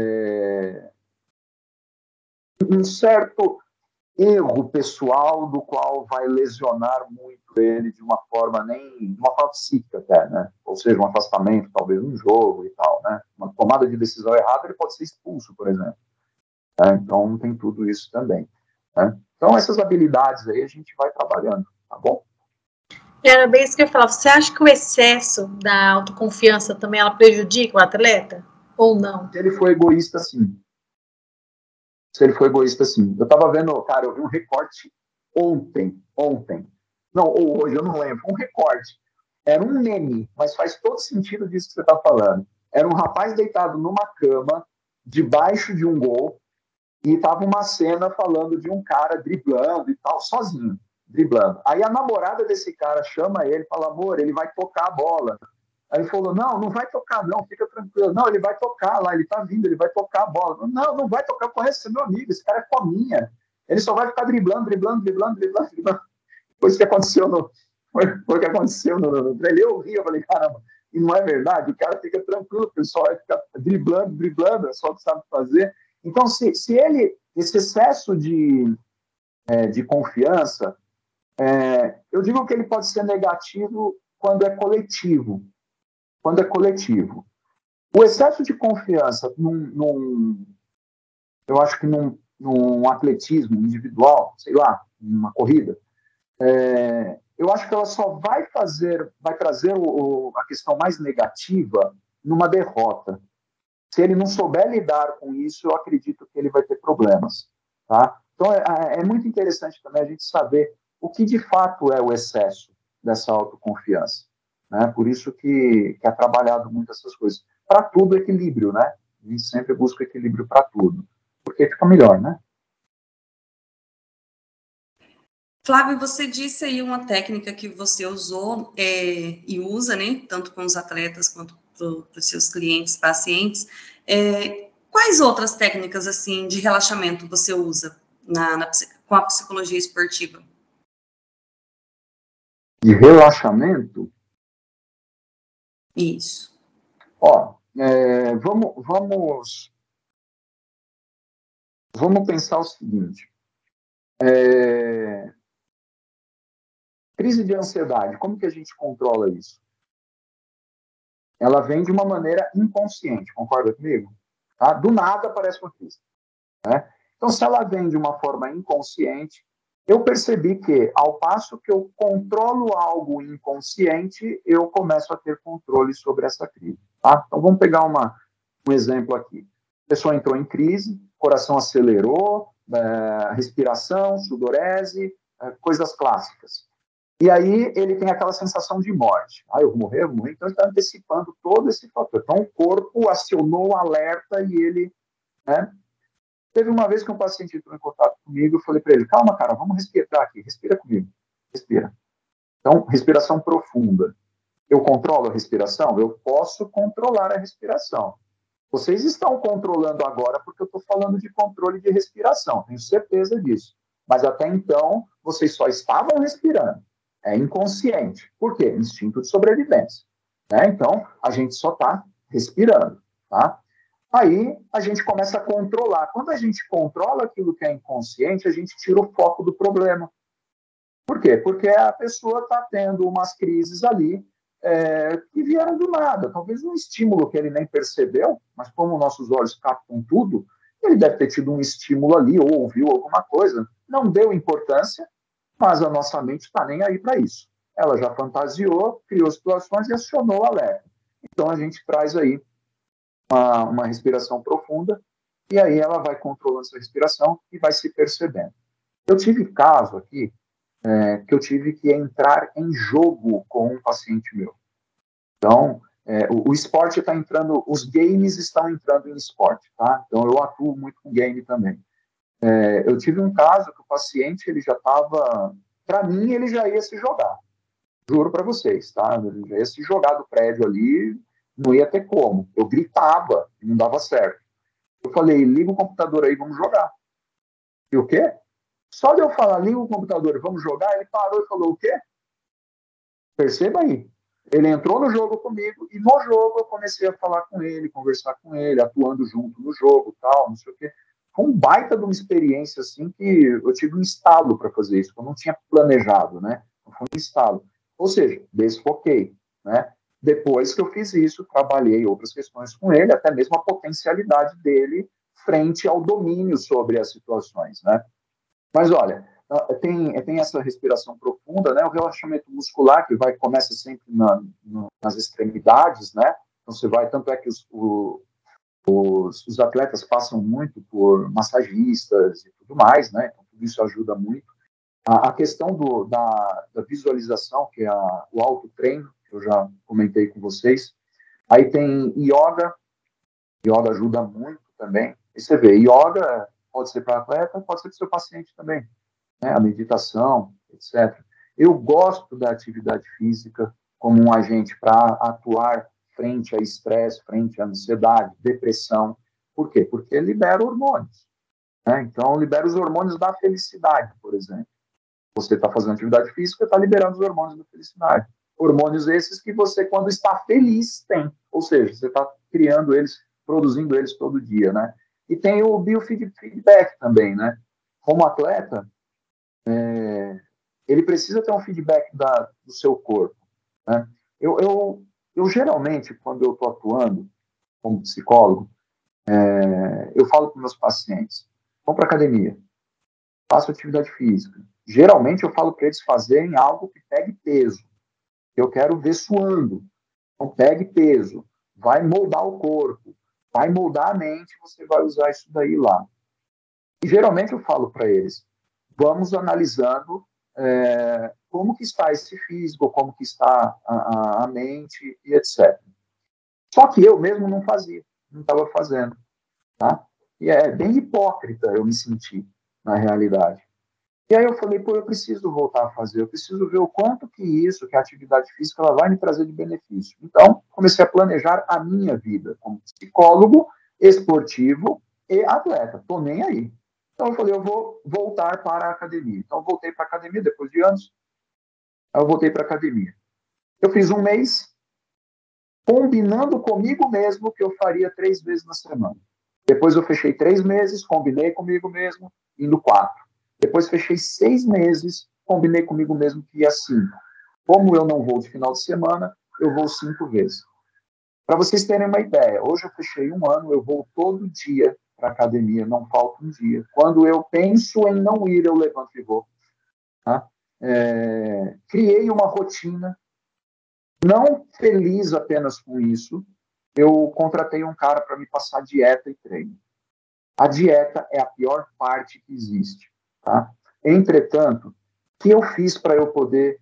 um certo erro pessoal do qual vai lesionar muito ele de uma forma psíquica até, né? Ou seja, um afastamento, talvez, um jogo e tal, né? Uma tomada de decisão errada, ele pode ser expulso, por exemplo. Então, tem tudo isso também. Né? Então, essas habilidades aí a gente vai trabalhando, tá bom? Era bem isso que eu falava. Você acha que o excesso da autoconfiança também ela prejudica o atleta? Ou não? Se ele for egoísta, sim. Se ele for egoísta, sim. Eu tava vendo, cara, eu vi um recorte ontem. Não, ou hoje, eu não lembro. Um recorte. Era um meme, mas faz todo sentido disso que você tá falando. Era um rapaz deitado numa cama, debaixo de um gol, e tava uma cena falando de um cara driblando e tal, sozinho, driblando. Aí a namorada desse cara chama ele e fala, amor, ele vai tocar a bola. Aí ele falou, não vai tocar não, fica tranquilo. Não, ele vai tocar lá, ele tá vindo, ele vai tocar a bola. Não vai tocar, conhece meu amigo, esse cara é cominha. Ele só vai ficar driblando. Foi isso que aconteceu foi o que aconteceu no treino. Eu ri, eu falei, caramba, e não é verdade? O cara fica tranquilo, o pessoal vai ficar driblando, é só o que sabe fazer. Então, se esse excesso de confiança, eu digo que ele pode ser negativo quando é coletivo. O excesso de confiança eu acho que num atletismo individual, sei lá, numa corrida, eu acho que ela só vai trazer a questão mais negativa numa derrota. Se ele não souber lidar com isso, eu acredito que ele vai ter problemas. Tá? Então, é muito interessante também a gente saber o que de fato é o excesso dessa autoconfiança. Né? Por isso que é trabalhado muito essas coisas. Para tudo, equilíbrio, né? A gente sempre busca equilíbrio para tudo, porque fica melhor, né? Flávio, você disse aí uma técnica que você usou e usa, né? Tanto com os atletas quanto para os seus clientes, pacientes. Quais outras técnicas assim de relaxamento você usa com a psicologia esportiva? De relaxamento? Isso. Vamos pensar o seguinte. Crise de ansiedade, como que a gente controla isso? Ela vem de uma maneira inconsciente, concorda comigo? Tá? Do nada aparece uma crise. Né? Então, se ela vem de uma forma inconsciente, eu percebi que, ao passo que eu controlo algo inconsciente, eu começo a ter controle sobre essa crise. Tá? Então, vamos pegar um exemplo aqui. A pessoa entrou em crise, coração acelerou, respiração, sudorese, coisas clássicas. E aí ele tem aquela sensação de morte. Eu vou morrer. Então ele está antecipando todo esse fator. Então o corpo acionou o alerta e ele... Né? Teve uma vez que um paciente entrou em contato comigo, eu falei para ele, calma, cara, vamos respirar aqui, respira comigo, respira. Então, respiração profunda. Eu controlo a respiração? Eu posso controlar a respiração. Vocês estão controlando agora porque eu estou falando de controle de respiração, tenho certeza disso. Mas até então, vocês só estavam respirando. É inconsciente. Por quê? Instinto de sobrevivência. Né? Então, a gente só está respirando. Tá? Aí a gente começa a controlar. Quando a gente controla aquilo que é inconsciente, a gente tira o foco do problema. Por quê? Porque a pessoa está tendo umas crises ali que vieram do nada. Talvez um estímulo que ele nem percebeu, mas como nossos olhos captam tudo, ele deve ter tido um estímulo ali, ou ouviu alguma coisa, não deu importância, mas a nossa mente está nem aí para isso. Ela já fantasiou, criou situações e acionou o alerta. Então a gente traz aí uma respiração profunda, e aí ela vai controlando essa respiração e vai se percebendo. Eu tive caso aqui que eu tive que entrar em jogo com um paciente meu. Então, o esporte está entrando, os games estão entrando em esporte, tá? Então, eu atuo muito com game também. Eu tive um caso que o paciente, ele já estava, para mim, ele já ia se jogar. Juro para vocês, tá? Ele já ia se jogar do prédio ali, não ia ter como. Eu gritava, não dava certo. Eu falei, liga o computador aí, vamos jogar. E o quê? Só de eu falar, liga o computador e vamos jogar, ele parou e falou, o quê? Perceba aí. Ele entrou no jogo comigo e no jogo eu comecei a falar com ele, conversar com ele, atuando junto no jogo, tal, não sei o quê. Foi um baita de uma experiência, assim, que eu tive um estalo para fazer isso, que eu não tinha planejado, né? Foi um estalo. Ou seja, desfoquei, né? Depois que eu fiz isso, trabalhei outras questões com ele, até mesmo a potencialidade dele frente ao domínio sobre as situações, né? Mas olha, tem essa respiração profunda, né? O relaxamento muscular que começa sempre nas extremidades, né? Então você vai, tanto é que os atletas passam muito por massagistas e tudo mais, né? Então tudo isso ajuda muito. A questão da visualização, que é o autotreino, que eu já comentei com vocês. Aí tem yoga ajuda muito também. E você vê, yoga pode ser para atleta, pode ser para o seu paciente também, né? A meditação, etc. Eu gosto da atividade física como um agente para atuar frente a estresse, frente à ansiedade, depressão. Por quê? Porque libera hormônios, né? Então, libera os hormônios da felicidade, por exemplo. Você está fazendo atividade física, está liberando os hormônios da felicidade. Hormônios esses que você, quando está feliz, tem. Ou seja, você está criando eles, produzindo eles todo dia, né? E tem o biofeedback também, né? Como atleta, ele precisa ter um feedback do seu corpo, né? Eu geralmente, quando eu estou atuando como psicólogo, eu falo para meus pacientes, vão para academia, façam atividade física. Geralmente eu falo para eles fazerem algo que pegue peso. Eu quero ver suando. Então pegue peso. Vai moldar o corpo. Vai moldar a mente. Você vai usar isso daí lá. E geralmente eu falo para eles, vamos analisando como que está esse físico, como que está a mente e etc. Só que eu mesmo não fazia. Não estava fazendo. Tá? E é bem hipócrita eu me senti, na realidade. E aí eu falei, eu preciso voltar a fazer, eu preciso ver o quanto que a atividade física, ela vai me trazer de benefício. Então, comecei a planejar a minha vida como psicólogo, esportivo e atleta. Estou nem aí. Então eu falei, eu vou voltar para a academia. Então eu voltei para a academia depois de anos. Aí eu voltei para a academia. Eu fiz um mês, combinando comigo mesmo que eu faria 3 vezes na semana. Depois eu fechei 3 meses, combinei comigo mesmo, indo 4. Depois fechei 6 meses, combinei comigo mesmo que ia 5. Como eu não vou de final de semana, eu vou 5 vezes. Para vocês terem uma ideia, hoje eu fechei 1 ano, eu vou todo dia para a academia, não falta um dia. Quando eu penso em não ir, eu levanto e vou. Tá? Criei uma rotina, não feliz apenas com isso, eu contratei um cara para me passar dieta e treino. A dieta é a pior parte que existe. Tá? Entretanto, o que eu fiz para eu poder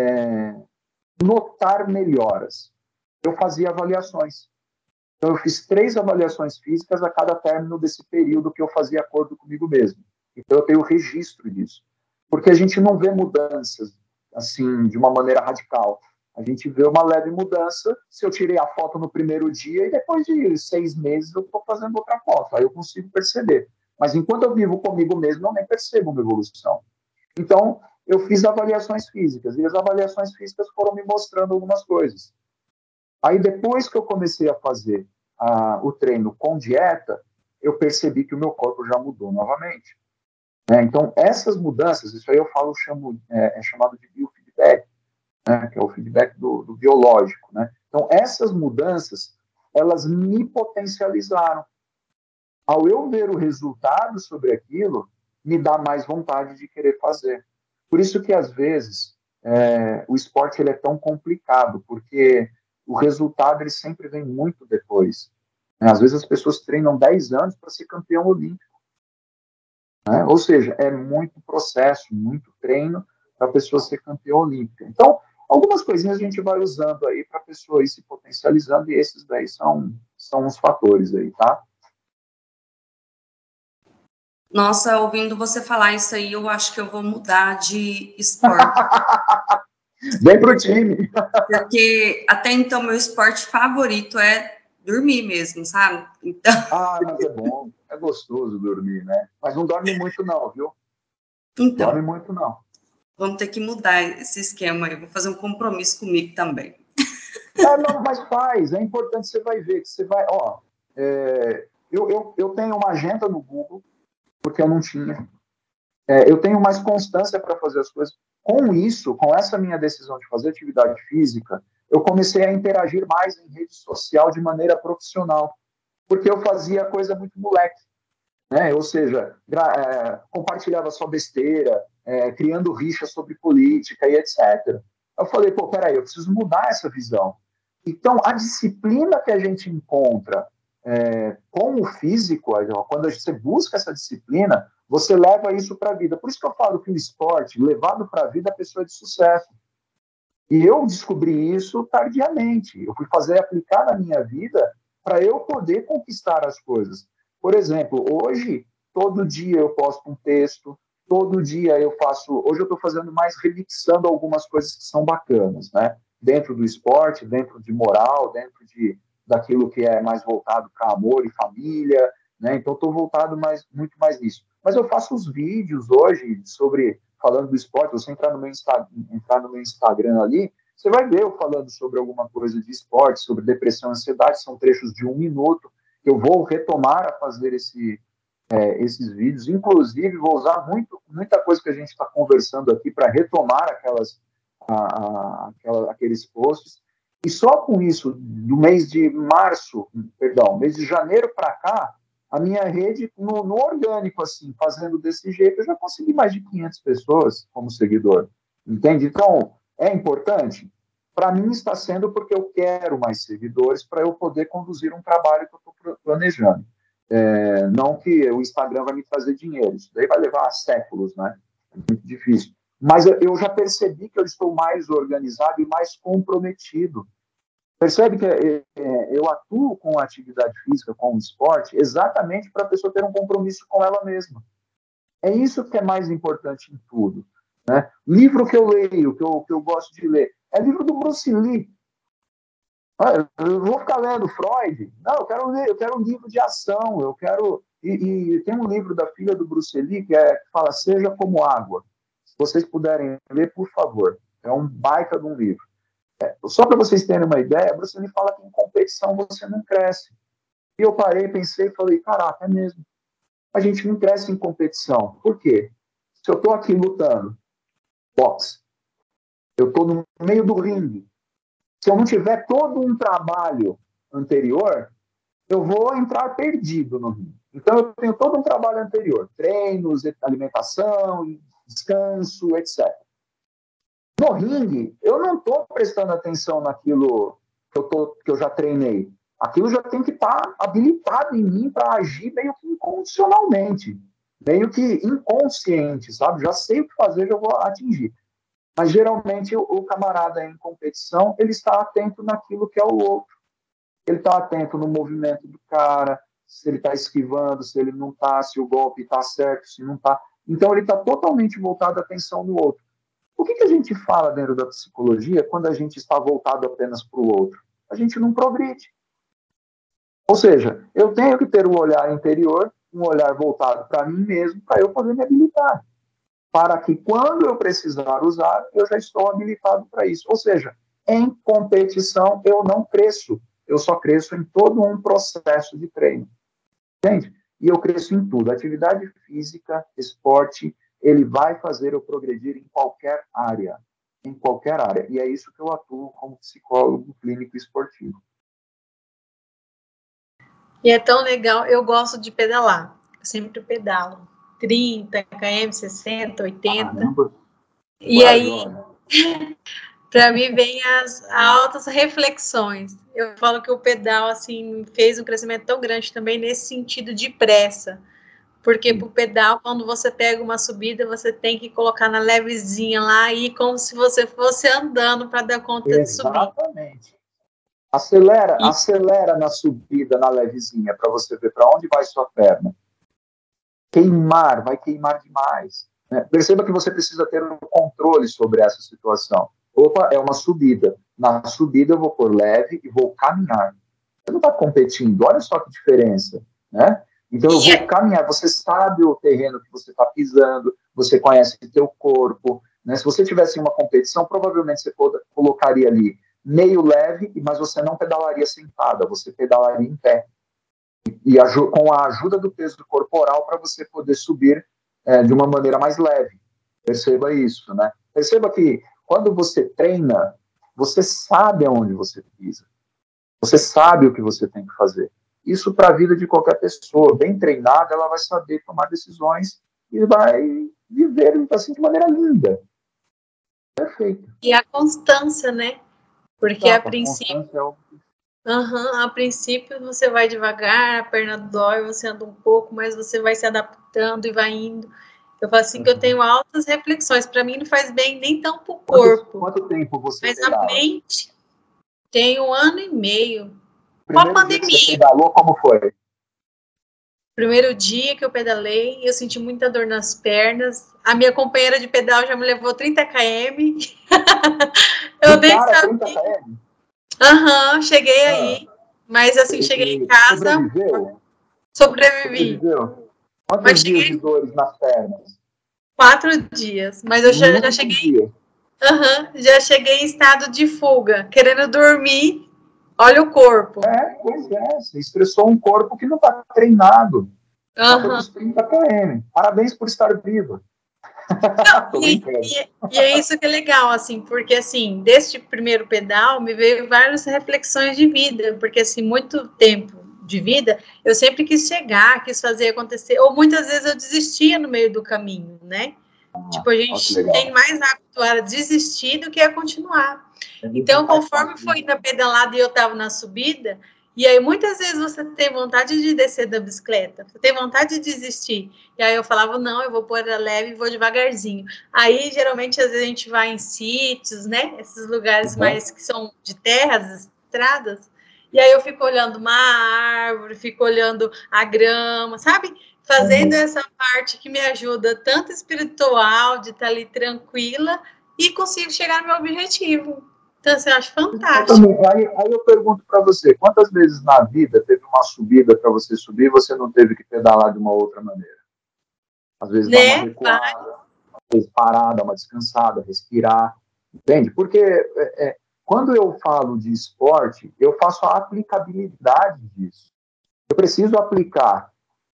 notar melhoras? Eu fazia avaliações. Então, eu fiz 3 avaliações físicas a cada término desse período que eu fazia acordo comigo mesmo. Então, eu tenho registro disso. Porque a gente não vê mudanças assim, de uma maneira radical. A gente vê uma leve mudança se eu tirei a foto no primeiro dia e depois de 6 meses eu estou fazendo outra foto. Aí eu consigo perceber. Mas enquanto eu vivo comigo mesmo, eu nem percebo uma evolução. Então, eu fiz avaliações físicas e as avaliações físicas foram me mostrando algumas coisas. Aí depois que eu comecei a fazer o treino com dieta, eu percebi que o meu corpo já mudou novamente. Então, essas mudanças, isso aí eu falo, é chamado de biofeedback, né, que é o feedback do biológico, né? Então, essas mudanças, elas me potencializaram. Ao eu ver o resultado sobre aquilo, me dá mais vontade de querer fazer. Por isso que, às vezes, o esporte ele é tão complicado, porque o resultado ele sempre vem muito depois. Às vezes as pessoas treinam 10 anos para ser campeão olímpico. Né? Ou seja, é muito processo, muito treino para a pessoa ser campeã olímpica. Então, algumas coisinhas a gente vai usando aí para a pessoa ir se potencializando, e esses daí são os fatores aí, tá? Nossa, ouvindo você falar isso aí, eu acho que eu vou mudar de esporte. Vem pro time! Porque até então meu esporte favorito é dormir mesmo, sabe? Então... mas é bom, é gostoso dormir, né? Mas não dorme muito não, viu? Então, dorme muito não. Vamos ter que mudar esse esquema aí, vou fazer um compromisso comigo também. Não, mas faz, é importante, você vai ver, que você vai, eu tenho uma agenda no Google, porque eu não tinha, eu tenho mais constância para fazer as coisas. Com isso, com essa minha decisão de fazer atividade física, eu comecei a interagir mais em rede social de maneira profissional, porque eu fazia coisa muito moleque, né? Ou seja, compartilhava só besteira, criando rixa sobre política e etc. Eu falei, peraí, eu preciso mudar essa visão. Então, a disciplina que a gente encontra com o físico, quando você busca essa disciplina, você leva isso para a vida. Por isso que eu falo que o esporte, levado para a vida, a pessoa é de sucesso. E eu descobri isso tardiamente. Eu fui aplicar na minha vida para eu poder conquistar as coisas. Por exemplo, hoje, todo dia eu posto um texto, todo dia eu faço... Hoje eu estou fazendo mais, remixando algumas coisas que são bacanas, né? Dentro do esporte, dentro de moral, dentro daquilo que é mais voltado para amor e família, né? Então, estou voltado muito mais nisso. Mas eu faço os vídeos hoje falando do esporte. Você entrar no meu Instagram ali, você vai ver eu falando sobre alguma coisa de esporte, sobre depressão e ansiedade. São trechos de 1 minuto. Eu vou retomar a fazer esses vídeos. Inclusive, vou usar muita coisa que a gente está conversando aqui para retomar aqueles posts. E só com isso, do mês de janeiro para cá, a minha rede, no orgânico, assim, fazendo desse jeito, eu já consegui mais de 500 pessoas como seguidor. Entende? Então, é importante? Para mim está sendo, porque eu quero mais seguidores para eu poder conduzir um trabalho que eu estou planejando. Não que o Instagram vai me trazer dinheiro, isso daí vai levar séculos, né? É muito difícil. Mas eu já percebi que eu estou mais organizado e mais comprometido. Percebe que eu atuo com a atividade física, com o esporte, exatamente para a pessoa ter um compromisso com ela mesma. É isso que é mais importante em tudo. Né? Livro que eu leio, que eu gosto de ler, é livro do Bruce Lee. Eu vou ficar lendo Freud? Não, eu quero um livro de ação, eu quero... E tem um livro da filha do Bruce Lee que fala Seja como Água. Se vocês puderem ler, por favor. É um baita de um livro. Só para vocês terem uma ideia, Bruce Lee fala que em competição você não cresce. E eu parei, pensei e falei, caraca, é mesmo. A gente não cresce em competição. Por quê? Se eu estou aqui lutando, boxe, eu estou no meio do ringue, se eu não tiver todo um trabalho anterior, eu vou entrar perdido no ringue. Então, eu tenho todo um trabalho anterior. Treinos, alimentação, descanso, etc. No ringue, eu não estou prestando atenção naquilo que eu já treinei. Aquilo já tem que estar habilitado em mim para agir meio que incondicionalmente, meio que inconsciente, sabe? Já sei o que fazer, já vou atingir. Mas, geralmente, o camarada em competição, ele está atento naquilo que é o outro. Ele está atento no movimento do cara, se ele está esquivando, se ele não está, se o golpe está certo, se não está. Então, ele está totalmente voltado a atenção no outro. O que a gente fala dentro da psicologia quando a gente está voltado apenas para o outro? A gente não progride. Ou seja, eu tenho que ter um olhar interior, um olhar voltado para mim mesmo, para eu poder me habilitar. Para que quando eu precisar usar, eu já estou habilitado para isso. Ou seja, em competição eu não cresço. eu só cresço em todo um processo de treino. Entende? E eu cresço em tudo. Atividade física, esporte, ele vai fazer eu progredir em qualquer área. Em qualquer área. E é isso que eu atuo como psicólogo clínico esportivo. E é tão legal, eu gosto de pedalar. Eu sempre pedalo. 30 km, 60, 80. Caramba. E aí, para mim, vem as altas reflexões. Eu falo que o pedal, assim, fez um crescimento tão grande também nesse sentido de pressa. Porque pro pedal, quando você pega uma subida, você tem que colocar na levezinha lá e como se você fosse andando para dar conta de subir. Exatamente. Acelera na subida, na levezinha, para você ver para onde vai sua perna. Vai queimar demais. Né? Perceba que você precisa ter um controle sobre essa situação. Opa, é uma subida. Na subida eu vou pôr leve e vou caminhar. Você não está competindo, olha só que diferença, né? Então eu vou caminhar, você sabe o terreno que você está pisando, você conhece o seu corpo, né? Se você tivesse uma competição, provavelmente você colocaria ali meio leve, mas você não pedalaria sentada, você pedalaria em pé. E com a ajuda do peso corporal para você poder subir de uma maneira mais leve. Perceba isso, né? Perceba que quando você treina, você sabe aonde você pisa. Você sabe o que você tem que fazer. Isso para a vida de qualquer pessoa. Bem treinada, ela vai saber tomar decisões e vai viver assim, de maneira linda. Perfeito. E a constância, né? Porque Exato, a princípio você vai devagar, a perna dói, você anda um pouco, mas você vai se adaptando e vai indo. Eu falo assim que eu tenho altas reflexões. Para mim não faz bem nem tão para o corpo. Quanto tempo você mas pedala? a mente tem 1 ano e meio. Com Primeiro a pandemia. Dia que você pedalou, como foi? Primeiro dia que eu pedalei, eu senti muita dor nas pernas. A minha companheira de pedal já me levou 30 km. Eu nem sabia. 30 km? Cheguei aí. Mas assim, cheguei em casa. Sobrevivi. Quantos dias de dores nas pernas? 4 dias. Mas eu já cheguei. Já cheguei em estado de fuga, querendo dormir. Olha o corpo. Pois é. Você estressou um corpo que não está treinado. Só foi os 30 km. Parabéns por estar viva. E é isso que é legal, assim, porque, assim, deste primeiro pedal me veio várias reflexões de vida, porque, assim, muito tempo de vida, eu sempre quis chegar, quis fazer acontecer, ou muitas vezes eu desistia no meio do caminho, né? Tipo, a gente tem mais hábito a desistir do que a continuar. Então, conforme foi na pedalada e eu estava na subida, e aí muitas vezes você tem vontade de descer da bicicleta, você tem vontade de desistir. E aí eu falava, não, eu vou pôr a leve e vou devagarzinho. Aí, geralmente, às vezes a gente vai em sítios, né? Esses lugares mais que são de terras, estradas. E aí eu fico olhando uma árvore, fico olhando a grama, sabe? Fazendo essa parte que me ajuda, tanto espiritual, de estar ali tranquila, e consigo chegar no meu objetivo. Então, assim, eu acho fantástico. Aí eu pergunto para você, quantas vezes na vida teve uma subida para você subir e você não teve que pedalar de uma outra maneira? Às vezes dá uma recuada, às vezes parar, dar uma descansada, respirar, entende? Porque quando eu falo de esporte, eu faço a aplicabilidade disso. Eu preciso aplicar.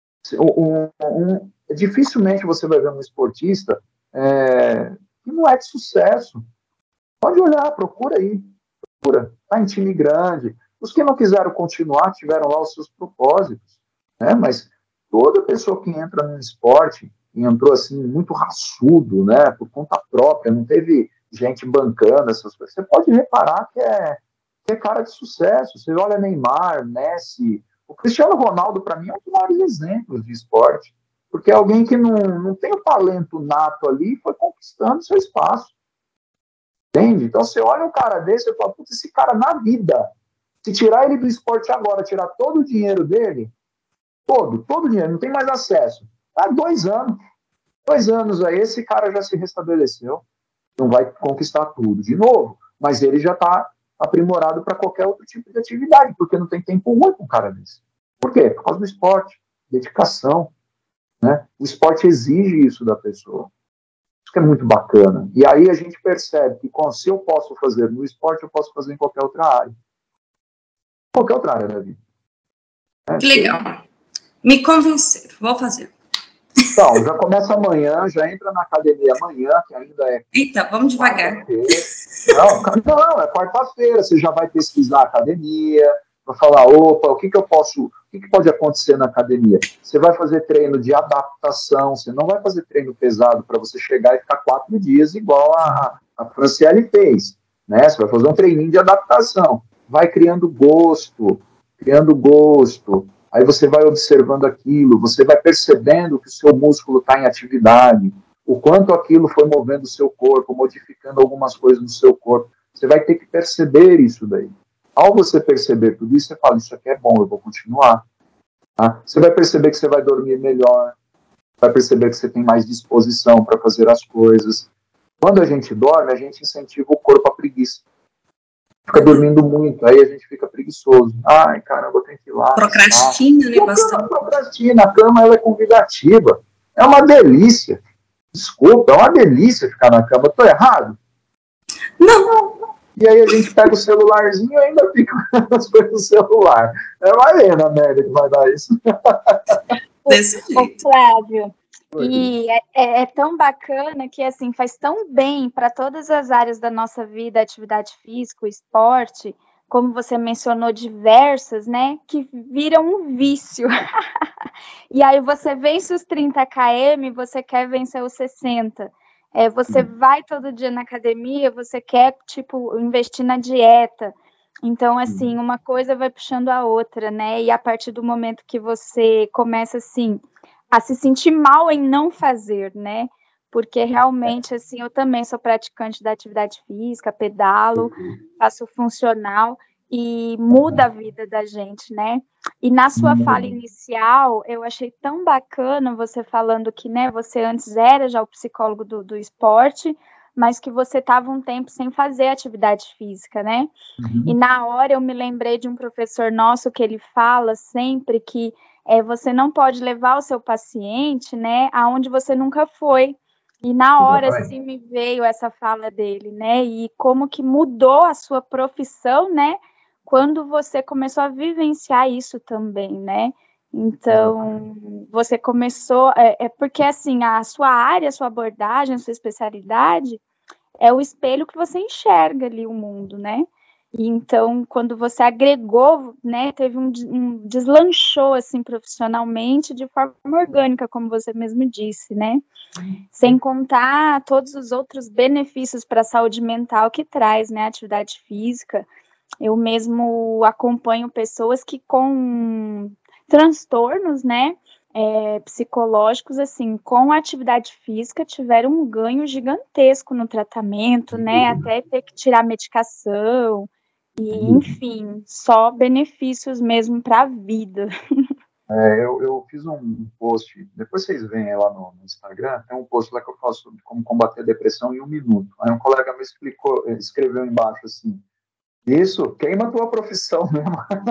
Dificilmente você vai ver um esportista que não é de sucesso. Pode olhar, procura aí. Está em time grande. Os que não quiseram continuar tiveram lá os seus propósitos. Né? Mas toda pessoa que entra no esporte, e entrou assim muito raçudo, né? Por conta própria, não teve gente bancando essas coisas. Você pode reparar que é cara de sucesso. Você olha Neymar, Messi. O Cristiano Ronaldo, para mim, é um dos maiores exemplos de esporte. Porque é alguém que não tem o talento nato ali e foi conquistando seu espaço. Entende? Então, você olha um cara desse e fala, putz, esse cara na vida, se tirar ele do esporte agora, tirar todo o dinheiro dele, todo o dinheiro, não tem mais acesso. Há 2 anos. 2 anos aí, esse cara já se restabeleceu. Não vai conquistar tudo de novo, mas ele já está aprimorado para qualquer outro tipo de atividade, porque não tem tempo ruim com um cara desse. Por quê? Por causa do esporte, dedicação. Né? O esporte exige isso da pessoa. Isso que é muito bacana. E aí a gente percebe que se eu posso fazer no esporte, eu posso fazer em qualquer outra área. qualquer outra área da vida. Que legal. Me convenceram, vou fazer. Então, já começa amanhã, já entra na academia amanhã, que ainda é... Eita, vamos devagar. Não, é quarta-feira, você já vai pesquisar a academia, vai falar, opa, o que pode acontecer na academia? Você vai fazer treino de adaptação, você não vai fazer treino pesado para você chegar e ficar 4 dias igual a Franciele fez, né? Você vai fazer um treininho de adaptação, vai criando gosto, aí você vai observando aquilo, você vai percebendo que o seu músculo está em atividade, o quanto aquilo foi movendo o seu corpo, modificando algumas coisas no seu corpo. Você vai ter que perceber isso daí. Ao você perceber tudo isso, você fala, isso aqui é bom, eu vou continuar. Tá? Você vai perceber que você vai dormir melhor, vai perceber que você tem mais disposição para fazer as coisas. Quando a gente dorme, a gente incentiva o corpo à preguiça. Fica dormindo muito, aí a gente fica preguiçoso. Ai, caramba, eu tenho que ir lá. Procrastina, né, bastante. Procrastina, a cama ela é convidativa. É uma delícia. Desculpa, é uma delícia ficar na cama. Eu tô errado? Não. E aí a gente pega o celularzinho e ainda fica as coisas no celular. Vai ver na merda que vai dar isso. Desse jeito. Flávio, e é tão bacana que, assim, faz tão bem para todas as áreas da nossa vida, atividade física, o esporte, como você mencionou diversas, né, que viram um vício. E aí você vence os 30 km, você quer vencer os 60. Você vai todo dia na academia, você quer, tipo, investir na dieta. Então, assim, uma coisa vai puxando a outra, né? E a partir do momento que você começa, assim, a se sentir mal em não fazer, né? Porque realmente, assim, eu também sou praticante da atividade física, pedalo, faço funcional e muda a vida da gente, né? E na sua fala inicial, eu achei tão bacana você falando que, né, você antes era já o psicólogo do esporte, mas que você estava um tempo sem fazer atividade física, né? E na hora eu me lembrei de um professor nosso que ele fala sempre que você não pode levar o seu paciente, né, aonde você nunca foi. E na hora, assim, me veio essa fala dele, né, e como que mudou a sua profissão, né, quando você começou a vivenciar isso também, né. Então, você começou, porque, assim, a sua área, a sua abordagem, a sua especialidade é o espelho que você enxerga ali o mundo, né. E então, quando você agregou, né, teve um deslanchou, assim, profissionalmente de forma orgânica, como você mesmo disse, né? Sem contar todos os outros benefícios para a saúde mental que traz, né, a atividade física. Eu mesmo acompanho pessoas que com transtornos, né, psicológicos, assim, com a atividade física, tiveram um ganho gigantesco no tratamento, né, até ter que tirar medicação, e, enfim, só benefícios mesmo para a vida. Eu fiz um post, depois vocês veem lá no Instagram, tem um post lá que eu faço como combater a depressão em 1 minuto. Aí um colega me escreveu embaixo assim, isso, queima a tua profissão mesmo.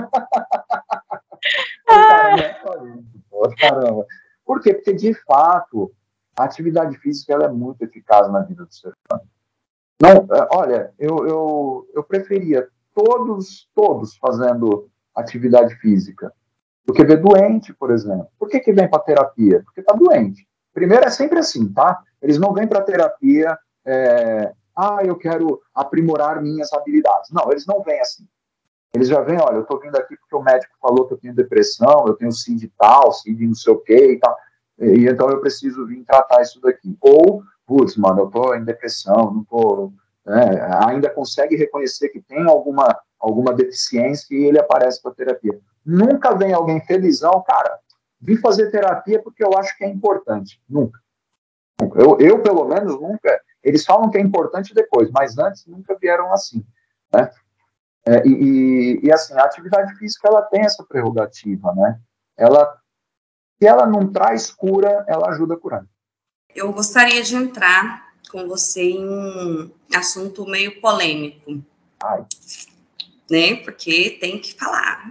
Caramba. Por quê? Porque, de fato, a atividade física ela é muito eficaz na vida do ser humano. Não, olha, eu preferia todos fazendo atividade física do que ver doente, por exemplo. Por que vem para terapia? Porque está doente. Primeiro, é sempre assim, tá? Eles não vêm para terapia, eu quero aprimorar minhas habilidades. Não, eles não vêm assim. Eles já vêm, olha, eu estou vindo aqui porque o médico falou que eu tenho depressão, eu tenho CID tal, CID não sei o quê e tal, e então eu preciso vir tratar isso daqui. Ou, putz, mano, eu estou em depressão, não estou... ainda consegue reconhecer que tem alguma deficiência e ele aparece para terapia. Nunca vem alguém felizão, cara, vim fazer terapia porque eu acho que é importante. Nunca. Eu pelo menos, nunca. Eles falam que é importante depois, mas antes nunca vieram assim, né? E assim, a atividade física, ela tem essa prerrogativa, né? Se ela não traz cura, ela ajuda a curar. Eu gostaria de entrar com você em um assunto meio polêmico. Né? Porque tem que falar.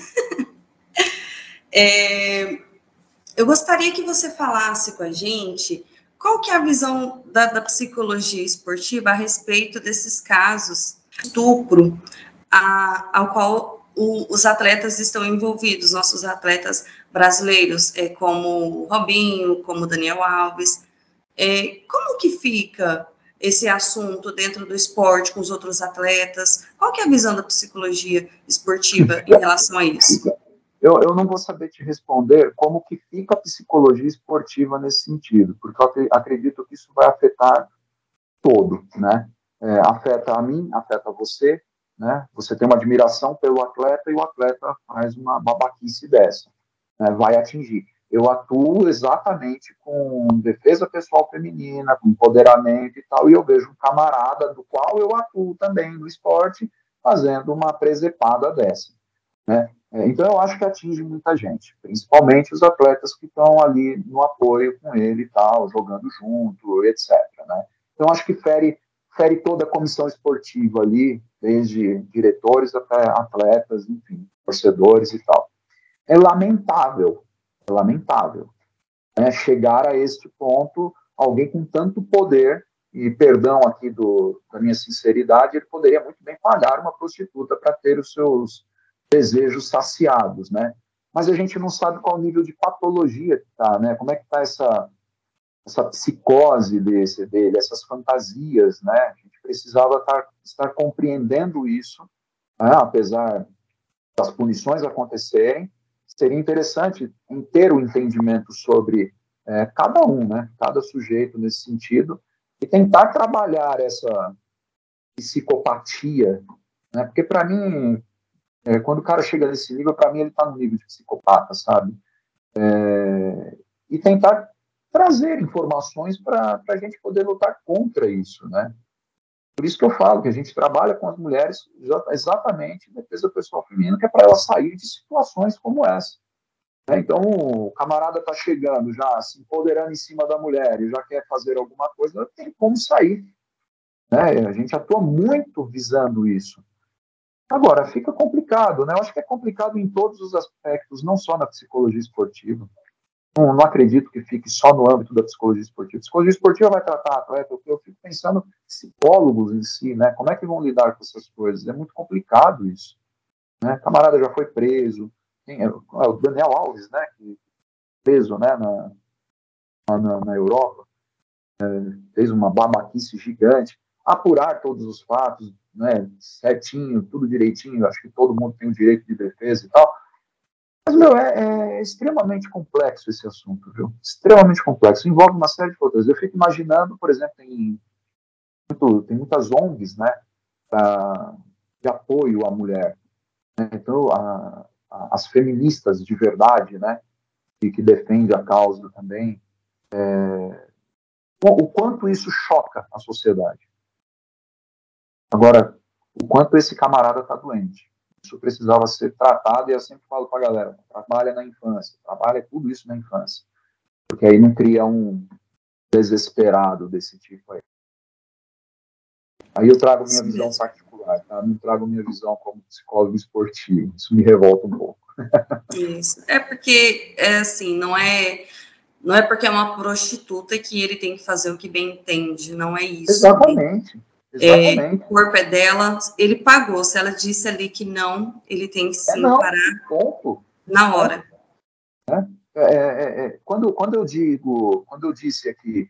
Eu gostaria que você falasse com a gente qual que é a visão da psicologia esportiva a respeito desses casos de estupro ao qual os atletas estão envolvidos, nossos atletas brasileiros, como o Robinho, como o Daniel Alves. Como que fica esse assunto dentro do esporte com os outros atletas? Qual que é a visão da psicologia esportiva em relação a isso? Eu não vou saber te responder como que fica a psicologia esportiva nesse sentido, porque eu acredito que isso vai afetar todo, né? Afeta a mim, afeta você, né? Você tem uma admiração pelo atleta e o atleta faz uma babaquice dessa, né? Vai atingir. Eu atuo exatamente com defesa pessoal feminina, com empoderamento e tal, e eu vejo um camarada do qual eu atuo também no esporte fazendo uma presepada dessa, né? Então eu acho que atinge muita gente, principalmente os atletas que estão ali no apoio com ele e tal, jogando junto, etc., né? Então acho que fere toda a comissão esportiva ali, desde diretores até atletas, enfim, torcedores e tal. É lamentável, né, chegar a este ponto, alguém com tanto poder, e perdão aqui da minha sinceridade, ele poderia muito bem pagar uma prostituta para ter os seus desejos saciados, né? Mas a gente não sabe qual o nível de patologia que está, né? Como é que está essa psicose dele, essas fantasias, né? A gente precisava estar compreendendo isso, né? Apesar das punições acontecerem, seria interessante ter o entendimento sobre cada um, né? Cada sujeito nesse sentido, e tentar trabalhar essa psicopatia, né? Porque para mim, quando o cara chega nesse nível, para mim ele está no nível de psicopata, sabe? E tentar trazer informações para a gente poder lutar contra isso, né? Por isso que eu falo que a gente trabalha com as mulheres exatamente em defesa pessoal feminina, que é para elas saírem de situações como essa, né? Então, o camarada está chegando já, se empoderando em cima da mulher e já quer fazer alguma coisa, não tem como sair, né? A gente atua muito visando isso. Agora, fica complicado, né? Eu acho que é complicado em todos os aspectos, não só na psicologia esportiva. Não acredito que fique só no âmbito da psicologia esportiva. A psicologia esportiva vai tratar atleta, eu fico pensando psicólogos em si, né? Como é que vão lidar com essas coisas? É muito complicado isso, né? Camarada já foi preso, o Daniel Alves, né? Que preso, né? Na Europa, fez uma babaquice gigante. Apurar todos os fatos, né? Certinho, tudo direitinho. Acho que todo mundo tem o direito de defesa e tal. Mas, meu, é extremamente complexo esse assunto, viu? Extremamente complexo. Envolve uma série de coisas. Eu fico imaginando, por exemplo, tem muitas ONGs, né, de apoio à mulher, né? Então, as feministas de verdade, né, que defendem a causa também, o quanto isso choca a sociedade. Agora, o quanto esse camarada está doente. Isso precisava ser tratado, e eu sempre falo para a galera, trabalha na infância, trabalha tudo isso na infância, porque aí não cria um desesperado desse tipo aí. Aí eu trago minha visão particular, tá? Não trago minha visão como psicólogo esportivo, isso me revolta um pouco. Isso, porque, assim, não é porque é uma prostituta que ele tem que fazer o que bem entende, não é isso. Exatamente. O corpo é dela, ele pagou. Se ela disse ali que não, ele tem que sim parar ponto. Na hora. Quando eu disse aqui,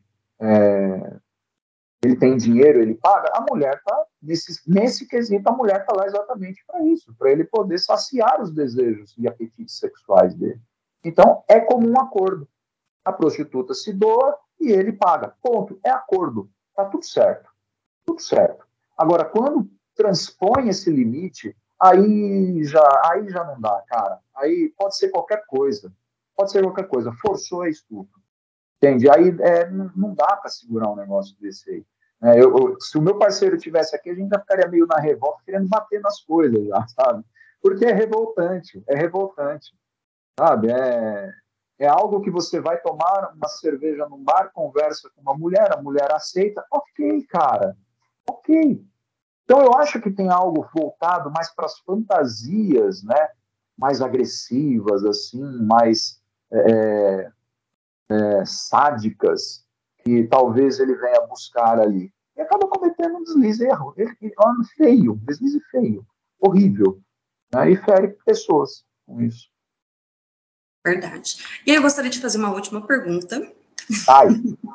ele tem dinheiro, ele paga, a mulher está, nesse quesito, a mulher está lá exatamente para isso, para ele poder saciar os desejos e apetites sexuais dele. Então, é como um acordo. A prostituta se doa e ele paga. Ponto. É acordo. Está tudo certo. Tudo certo. Agora, quando transpõe esse limite, aí já não dá, cara. Aí pode ser qualquer coisa. Pode ser qualquer coisa. Forçou é estupro. Entende? Aí não dá para segurar um negócio desse aí. Se o meu parceiro tivesse aqui, a gente já ficaria meio na revolta, querendo bater nas coisas, já, sabe? Porque é revoltante, sabe? É algo que você vai tomar uma cerveja num bar, conversa com uma mulher, a mulher aceita, ok, cara, ok. Então eu acho que tem algo voltado mais para as fantasias, né? Mais agressivas, assim, mais sádicas, que talvez ele venha buscar ali. E acaba cometendo um deslize feio, horrível, né, e fere pessoas com isso. Verdade. E aí eu gostaria de fazer uma última pergunta. Ai.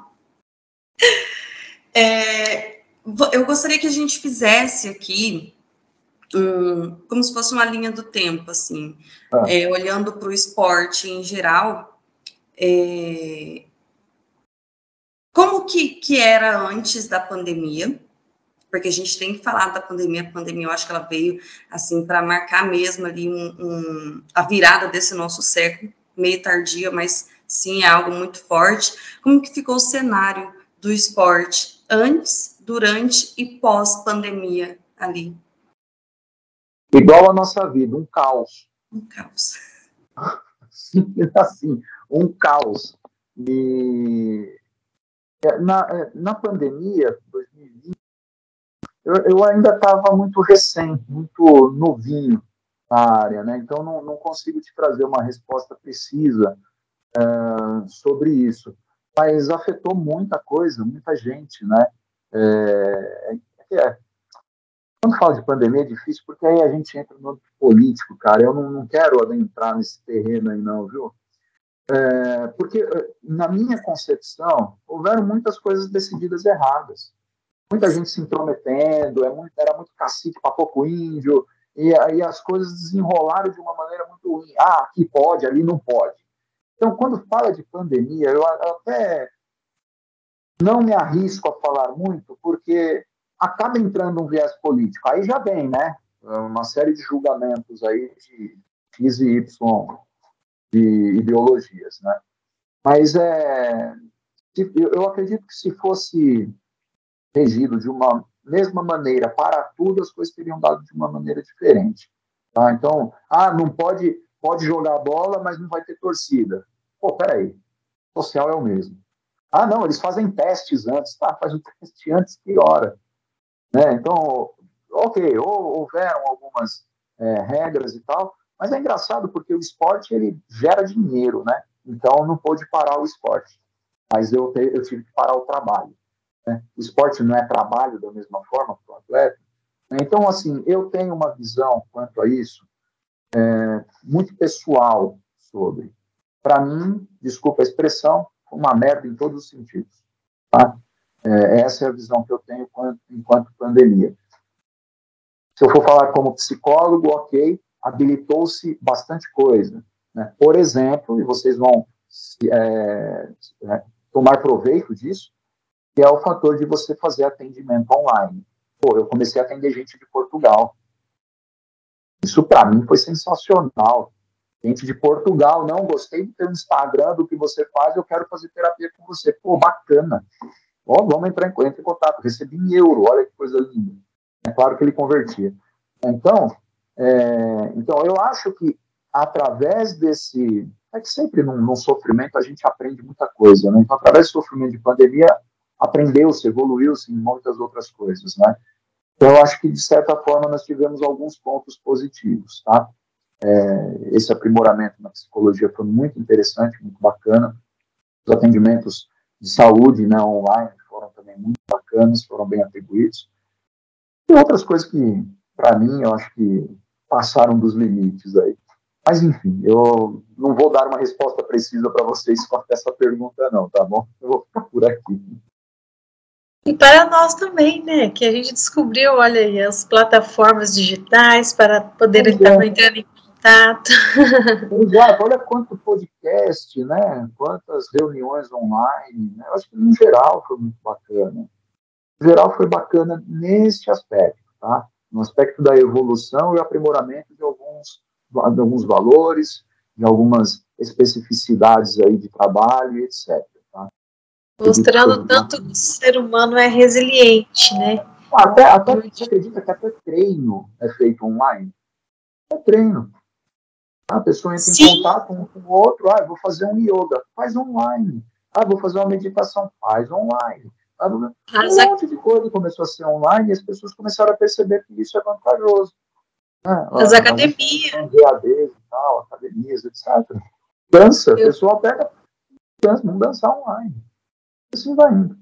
Eu gostaria que a gente fizesse aqui como se fosse uma linha do tempo, assim, olhando para o esporte em geral, como que era antes da pandemia, porque a gente tem que falar da pandemia. A pandemia, eu acho que ela veio, assim, para marcar mesmo ali a virada desse nosso século, meio tardia, mas sim, é algo muito forte. Como que ficou o cenário do esporte antes, durante e pós-pandemia ali? Igual a nossa vida, um caos. Um caos. Simples assim, um caos. E na pandemia, 2020, eu ainda estava muito recém, muito novinho na área, né? Então não consigo te trazer uma resposta precisa sobre isso. Mas afetou muita coisa, muita gente, né? Quando falo de pandemia é difícil, porque aí a gente entra no âmbito político, cara. Eu não quero adentrar nesse terreno aí, não, viu? Porque, na minha concepção, houveram muitas coisas decididas erradas. Muita gente se intrometendo, era muito cacique para pouco índio, e aí as coisas desenrolaram de uma maneira muito ruim. Ah, aqui pode, ali não pode. Então, quando fala de pandemia, eu até não me arrisco a falar muito, porque acaba entrando um viés político. Aí já vem, né? Uma série de julgamentos aí de X e Y de ideologias, né? Mas eu acredito que se fosse regido de uma mesma maneira para tudo, as coisas teriam dado de uma maneira diferente. Tá? Então, não pode jogar bola, mas não vai ter torcida. Pô, peraí, o social é o mesmo. Não, eles fazem testes antes. Tá, faz o teste antes, piora. Né? Então, ok, houveram algumas regras e tal, mas é engraçado porque o esporte, ele gera dinheiro, né? Então, não pôde parar o esporte. Mas eu tive que parar o trabalho. Né? O esporte não é trabalho da mesma forma para o atleta. Então, assim, eu tenho uma visão quanto a isso muito pessoal sobre. Para mim, desculpa a expressão, uma merda em todos os sentidos. Tá? Essa é a visão que eu tenho enquanto pandemia. Se eu for falar como psicólogo, ok, habilitou-se bastante coisa. Né? Por exemplo, e vocês vão tomar proveito disso, que é o fator de você fazer atendimento online. Pô, eu comecei a atender gente de Portugal. Isso, para mim, foi sensacional. Gente de Portugal, não, gostei do teu Instagram, do que você faz, eu quero fazer terapia com você. Pô, bacana. Vamos entrar em contato. Recebi em euro, olha que coisa linda. É claro que ele convertia. Então, eu acho que através desse... É que sempre num sofrimento a gente aprende muita coisa, né? Então, através do sofrimento de pandemia, aprendeu-se, evoluiu-se em muitas outras coisas, né? Então, eu acho que, de certa forma, nós tivemos alguns pontos positivos, tá? Esse aprimoramento na psicologia foi muito interessante, muito bacana. Os atendimentos de saúde, né, online foram também muito bacanas, foram bem atribuídos. E outras coisas que, para mim, eu acho que passaram dos limites aí. Mas, enfim, eu não vou dar uma resposta precisa para vocês com essa pergunta, não, tá bom? Eu vou ficar por aqui. E para nós também, né? Que a gente descobriu, olha aí, as plataformas digitais para poder estar entrando em contato. Exato, olha quanto podcast, né? Quantas reuniões online. Né? Eu acho que, no geral, foi muito bacana. No geral, foi bacana neste aspecto, tá? No aspecto da evolução e aprimoramento de alguns valores, de algumas especificidades aí de trabalho, etc. Tá? Mostrando tanto que o ser humano é resiliente, né? Até você acredita que até treino é feito online? É treino. A pessoa entra em contato um com o outro, vou fazer um yoga, faz online. Vou fazer uma meditação, faz online. Um monte de coisa começou a ser online e as pessoas começaram a perceber que isso é vantajoso. Né? As academias. EADs e tal, academias, etc. Dança, a pessoa pega, vamos dançar online. Assim vai indo.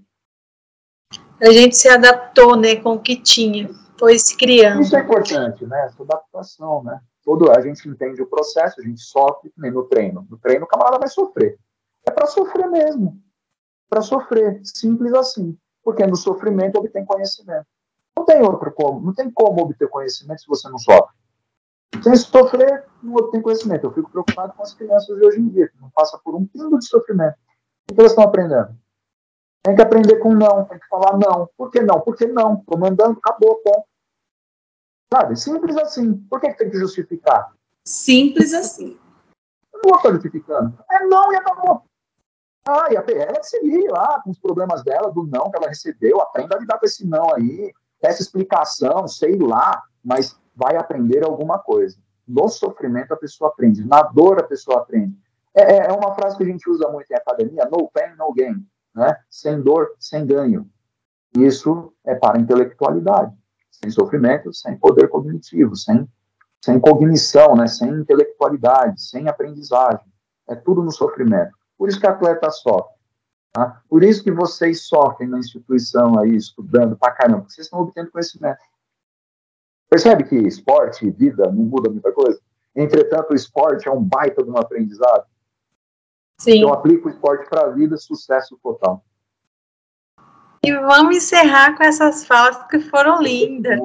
A gente se adaptou, né, com o que tinha, foi se criando. Isso é importante, né? Essa adaptação, né? A gente entende o processo, a gente sofre, nem no treino. No treino o camarada vai sofrer. É para sofrer mesmo. Para sofrer. Simples assim. Porque no sofrimento obtém conhecimento. Não tem outro como. Não tem como obter conhecimento se você não sofre. Sem sofrer, não obtém conhecimento. Eu fico preocupado com as crianças de hoje em dia, que não passam por um pingo de sofrimento. O que elas estão aprendendo? Tem que aprender com não, tem que falar não. Por que não? Porque não. Estou mandando, acabou, ponto. Sabe? Simples assim. Por que tem que justificar? Simples assim. Eu não vou estar justificando. É não e acabou. E a ela se vire lá com os problemas dela, do não que ela recebeu. Aprenda a lidar com esse não aí. Essa explicação, sei lá, mas vai aprender alguma coisa. No sofrimento a pessoa aprende. Na dor a pessoa aprende. É uma frase que a gente usa muito em academia, no pain, no gain. Né? Sem dor, sem ganho. Isso é para a intelectualidade. Sem sofrimento, sem poder cognitivo, sem cognição, né? Sem intelectualidade, sem aprendizagem. É tudo no sofrimento. Por isso que a atleta sofre. Tá? Por isso que vocês sofrem na instituição aí, estudando pra caramba, porque vocês estão obtendo conhecimento. Percebe que esporte e vida não muda muita coisa? Entretanto, o esporte é um baita de um aprendizado. Sim. Eu aplico o esporte para a vida, sucesso total. E vamos encerrar com essas falas que foram lindas.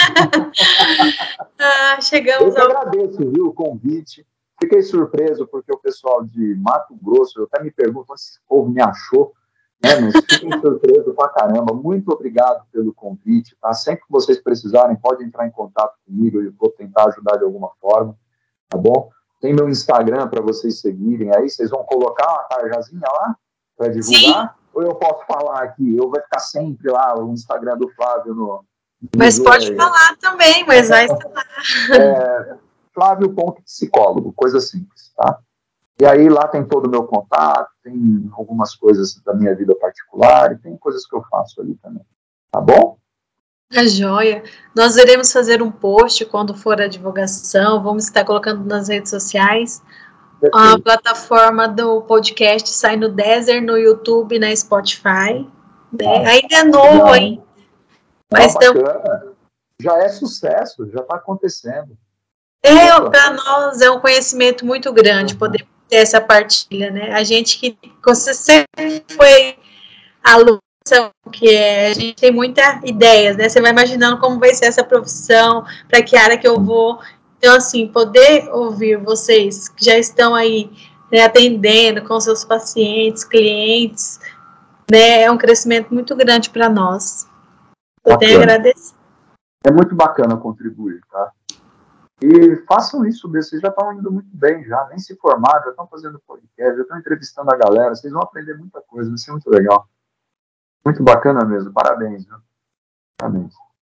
Chegamos Eu agradeço, viu, o convite. Fiquei surpreso porque o pessoal de Mato Grosso, eu até me pergunto se esse povo me achou, né? Mas fiquei surpreso pra caramba. Muito obrigado pelo convite, tá? Sempre que vocês precisarem, podem entrar em contato comigo, eu vou tentar ajudar de alguma forma, tá bom? Tem meu Instagram para vocês seguirem aí. Vocês vão colocar uma tarjazinha lá para divulgar? Sim. Ou eu posso falar aqui? Eu vou ficar sempre lá no Instagram do Flávio. Mas pode falar também, mas vai estar. Flávio.psicólogo, coisa simples, tá? E aí lá tem todo o meu contato, tem algumas coisas da minha vida particular, e tem coisas que eu faço ali também. Tá bom? A joia. Nós iremos fazer um post quando for a divulgação, vamos estar colocando nas redes sociais. Perfeito. A plataforma do podcast sai no Deezer, no YouTube, na Spotify. Né? Ainda é novo, hein? Mas bacana. Já é sucesso, já está acontecendo. Para nós é um conhecimento muito grande poder ter essa partilha, né? A gente que sempre foi aluno, que a gente tem muitas ideias, né? Você vai imaginando como vai ser essa profissão, para que área que eu vou. Então, assim, poder ouvir vocês que já estão aí, né, atendendo com seus pacientes, clientes, né? É um crescimento muito grande para nós. Eu tenho a agradecer. É muito bacana contribuir, tá? E façam isso mesmo, vocês já estão indo muito bem, já nem se formaram, já estão fazendo podcast, já estão entrevistando a galera, vocês vão aprender muita coisa, vai ser muito legal. Muito bacana mesmo, parabéns, viu? Parabéns.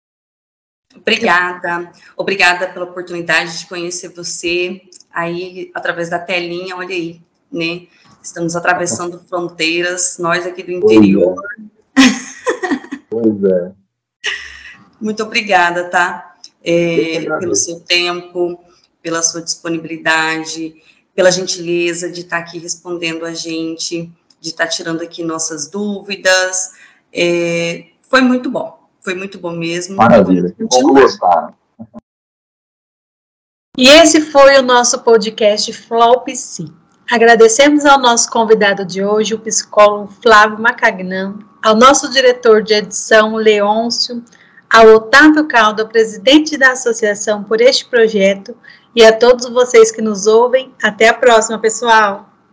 Obrigada pela oportunidade de conhecer você aí através da telinha, olha aí, né? Estamos atravessando fronteiras, nós aqui do interior. Pois é. Muito obrigada, tá? Pelo seu tempo, pela sua disponibilidade, pela gentileza de estar aqui respondendo a gente, de estar tirando aqui nossas dúvidas. Foi muito bom mesmo. Maravilha, que bom gostar. E esse foi o nosso podcast Flow Psi. Agradecemos ao nosso convidado de hoje, o psicólogo Flávio Macagnan, ao nosso diretor de edição, Leôncio, ao Otávio Calda, presidente da associação, por este projeto, e a todos vocês que nos ouvem. Até a próxima, pessoal!